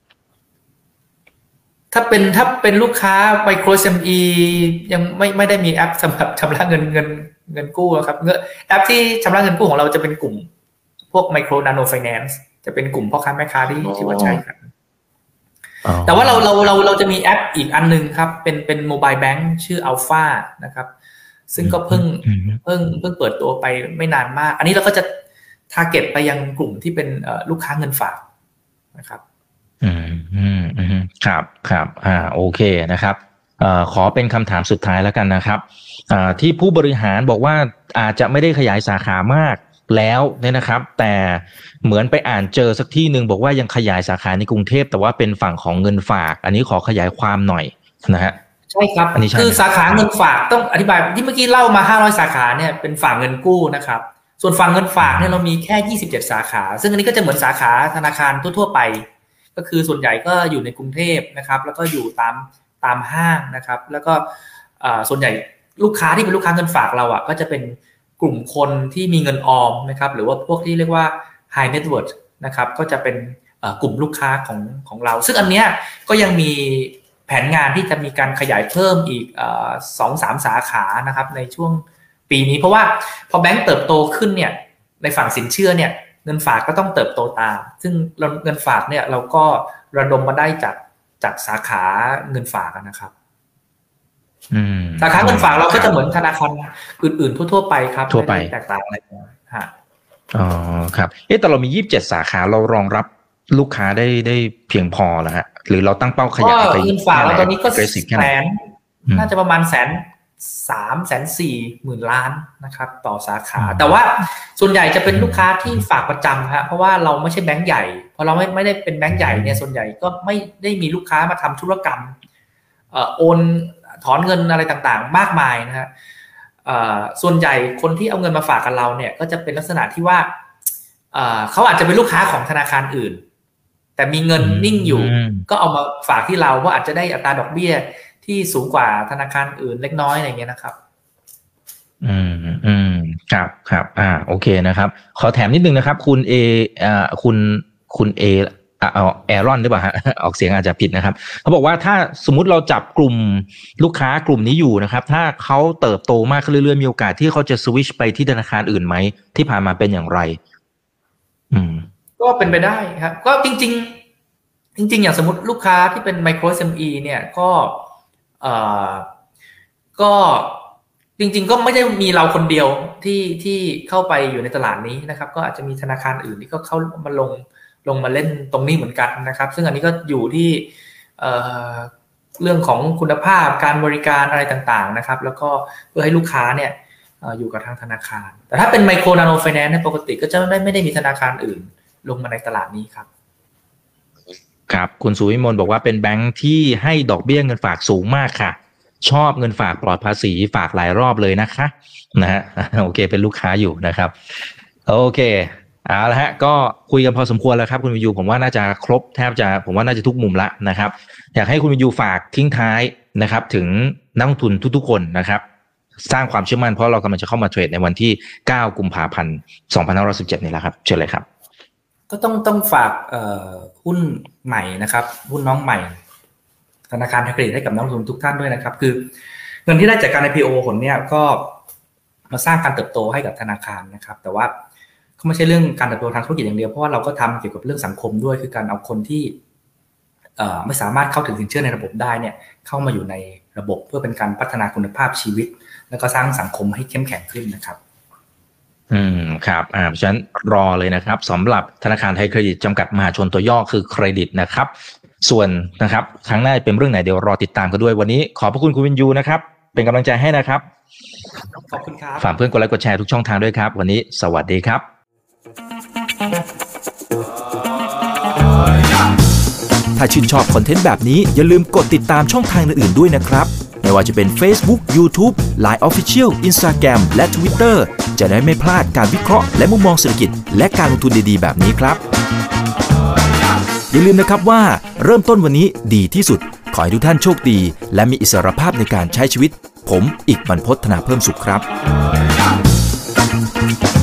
ถ้าเป็นถ้าเป็นลูกค้าไมโคร เอส เอ็ม อี ยังไม่ไม่ได้มีแอปสำหรับชำระเงินเงินเงินกู้นะครับแอปที่ชำระเงินกู้ของเราจะเป็นกลุ่มพวกไมโครนาโนไฟแนนซ์จะเป็นกลุ่มพ่อค้าแม่ค้าที่ที่ว่าใช้กันแต่ว่าเราเราเราเราจะมีแอปอีกอันนึงครับเป็นเป็นโมบายแบงค์ชื่ออัลฟานะครับซึ่งก็เพิ่งเพิ่งเพิ่งเปิดตัวไปไม่นานมากอันนี้เราก็จะทาร์เก็ตไปยังกลุ่มที่เป็นลูกค้าเงินฝากนะครับอืมอืมอืมครับครับอ่าโอเคนะครับเอ่อขอเป็นคำถามสุดท้ายแล้วกันนะครับอ่าที่ผู้บริหารบอกว่าอาจจะไม่ได้ขยายสาขามากแล้วเนี่ยนะครับแต่เหมือนไปอ่านเจอสักที่นึงบอกว่ายังขยายสาขาในกรุงเทพแต่ว่าเป็นฝั่งของเงินฝากอันนี้ขอขยายความหน่อยนะฮะใช่ครับคือสาขาเงินฝากต้องอธิบายที่เมื่อกี้เล่ามาห้าร้อยสาขาเนี่ยเป็นฝั่งเงินกู้นะครับส่วนฝั่งเงินฝากเนี่ยเรามีแค่ยี่สิบเจ็ดสาขาซึ่งอันนี้ก็จะเหมือนสาขาธนาคารทั่วๆไปก็คือส่วนใหญ่ก็อยู่ในกรุงเทพนะครับแล้วก็อยู่ตามตามห้างนะครับแล้วก็ส่วนใหญ่ลูกค้าที่เป็นลูกค้าเงินฝากเราอ่ะก็จะเป็นกลุ่มคนที่มีเงินออมนะครับหรือว่าพวกที่เรียกว่า high net worth นะครับก็จะเป็นกลุ่มลูกค้าของของเราซึ่งอันเนี้ยก็ยังมีแผนงานที่จะมีการขยายเพิ่มอีก สองถึงสาม สาขานะครับในช่วงปีนี้เพราะว่าพอแบงก์เติบโตขึ้นเนี่ยในฝั่งสินเชื่อเนี่ยเงินฝากก็ต้องเติบโตตามซึ่งเงินฝากเนี่ยเราก็ระดมมาได้จากจากสาขาเงินฝากนะครับสาขาเงินฝากเราก็จะเหมือนธนาคารอื่นๆทั่วๆไปครับทั่วไปแตกต่างอะไรฮะอ๋อครับเอ๊ะแต่เรามียี่สิบเจ็ดสาขาเรารองรับลูกค้าได้ได้เพียงพอแล้วฮะหรือเราตั้งเป้าขยายไปเงินฝากเราตอนนี้ก็แสนน่าจะประมาณแสนสามแสนสี่หมื่นล้านนะครับต่อสาขาแต่ว่าส่วนใหญ่จะเป็นลูกค้าที่ฝากประจำครับเพราะว่าเราไม่ใช่แบงก์ใหญ่พอเราไม่ไม่ได้เป็นแบงก์ใหญ่เนี่ยส่วนใหญ่ก็ไม่ได้มีลูกค้ามาทำธุรกรรมเอ่อโอนถอนเงินอะไรต่างๆมากมายนะฮะเอ่อส่วนใหญ่คนที่เอาเงินมาฝากกับเราเนี่ยก็จะเป็นลักษณะที่ว่าเอ่อเขาอาจจะเป็นลูกค้าของธนาคารอื่นแต่มีเงินนิ่งอยู่ก็เอามาฝากที่เราเพราะอาจจะได้อัตราดอกเบี้ยที่สูงกว่าธนาคารอื่นเล็กน้อยอะไรอย่างเงี้ยนะครับอืมอืมครับครับอ่าโอเคนะครับขอแถมนิดนึงนะครับคุณเออ่าคุณคุณเอเอาแอรอนหรือเปล่าฮะออกเสียงอาจจะผิดนะครับเขาบอกว่าถ้าสมมุติเราจับกลุ่มลูกค้ากลุ่มนี้อยู่นะครับถ้าเขาเติบโตมากขึ้นเรื่อยๆมีโอกาสที่เขาจะสวิชไปที่ธนาคารอื่นไหมที่ผ่านมาเป็นอย่างไรอืมก็เป็นไปได้ครับก็จริงๆจริงๆอย่างสมมติลูกค้าที่เป็นไมโคร เอส เอ็ม อี เนี่ยก็เอ่อก็จริงๆก็ไม่ได้มีเราคนเดียวที่ที่เข้าไปอยู่ในตลาดนี้นะครับก็อาจจะมีธนาคารอื่นที่ก็เข้ามาลงลงมาเล่นตรงนี้เหมือนกันนะครับซึ่งอันนี้ก็อยู่ที่เอ่อเรื่องของคุณภาพการบริการอะไรต่างๆนะครับแล้วก็เพื่อให้ลูกค้าเนี่ยอยู่กับทางธนาคารแต่ถ้าเป็นไมโครนาโนไฟแนนซ์เนี่ยปกติก็จะไม่ไม่ได้มีธนาคารอื่นลงมาในตลาดนี้ครับครับคุณสุวิมลบอกว่าเป็นแบงค์ที่ให้ดอกเบี้ยเงินฝากสูงมากค่ะชอบเงินฝากปลอดภาษีฝากหลายรอบเลยนะคะนะฮะโอเคเป็นลูกค้าอยู่นะครับโอเคเอาละฮะก็คุยกันพอสมควรแล้วครับคุณวิยูผมว่าน่าจะครบแทบจะผมว่าน่าจะทุกมุมละนะครับอยากให้คุณวิยูฝากทิ้งท้ายนะครับถึงนักลงทุนทุกๆคนนะครับสร้างความเชื่อมั่นเพราะเรากำลังจะเข้ามาเทรดในวันที่เก้ากุมภาพันธ์สองพันห้าร้อยสิบเจ็ดนี่แหละครับเชิญเลยครับก็ต้องต้องฝากเอ่อหุ้นใหม่นะครับหุ้นน้องใหม่ธนาคารไทยเครดิตให้กับนักลงทุนทุกท่านด้วยนะครับคือเงินที่ได้จากการ ไอ พี โอ ผลเนี่ยก็มาสร้างการเติบโตให้กับธนาคารนะครับแต่ว่าก็ไม่ใช่เรื่องการเติบโตทางธุรกิจอย่างเดียวเพราะว่าเราก็ทำเกี่ยวกับเรื่องสังคมด้วยคือการเอาคนที่เอ่อไม่สามารถเข้าถึงสินเชื่อในระบบได้เนี่ยเข้ามาอยู่ในระบบเพื่อเป็นการพัฒนาคุณภาพชีวิตแล้วก็สร้างสังคมให้เข้มแข็งขึ้นนะครับอืมครับอ่าเพราะฉะนั้นรอเลยนะครับสำหรับธนาคารไทยเครดิตจำกัดมหาชนตัวย่อคือเครดิตนะครับส่วนนะครับครั้งหน้าเป็นเรื่องไหนเดี๋ยวรอติดตามกันด้วยวันนี้ขอบพระคุณคุณวินยูนะครับเป็นกำลังใจให้นะครับขอบคุณครับฝากเพื่อนกดไลค์กดแชร์ทุกช่องทางด้วยครับวันนี้สวัสดีครับถ้าชื่นชอบคอนเทนต์แบบนี้อย่าลืมกดติดตามช่องทางอื่นๆด้วยนะครับไม่ว่าจะเป็น Facebook, YouTube, ไลน์ Official, Instagram และ Twitter จะได้ไม่พลาดการวิเคราะห์และมุมมองเศรษฐกิจและการลงทุนดีๆแบบนี้ครับอย่าลืมนะครับว่าเริ่มต้นวันนี้ดีที่สุดขอให้ทุกท่านโชคดีและมีอิสรภาพในการใช้ชีวิตผมอีกบรรพต ธนาเพิ่มสุขครับ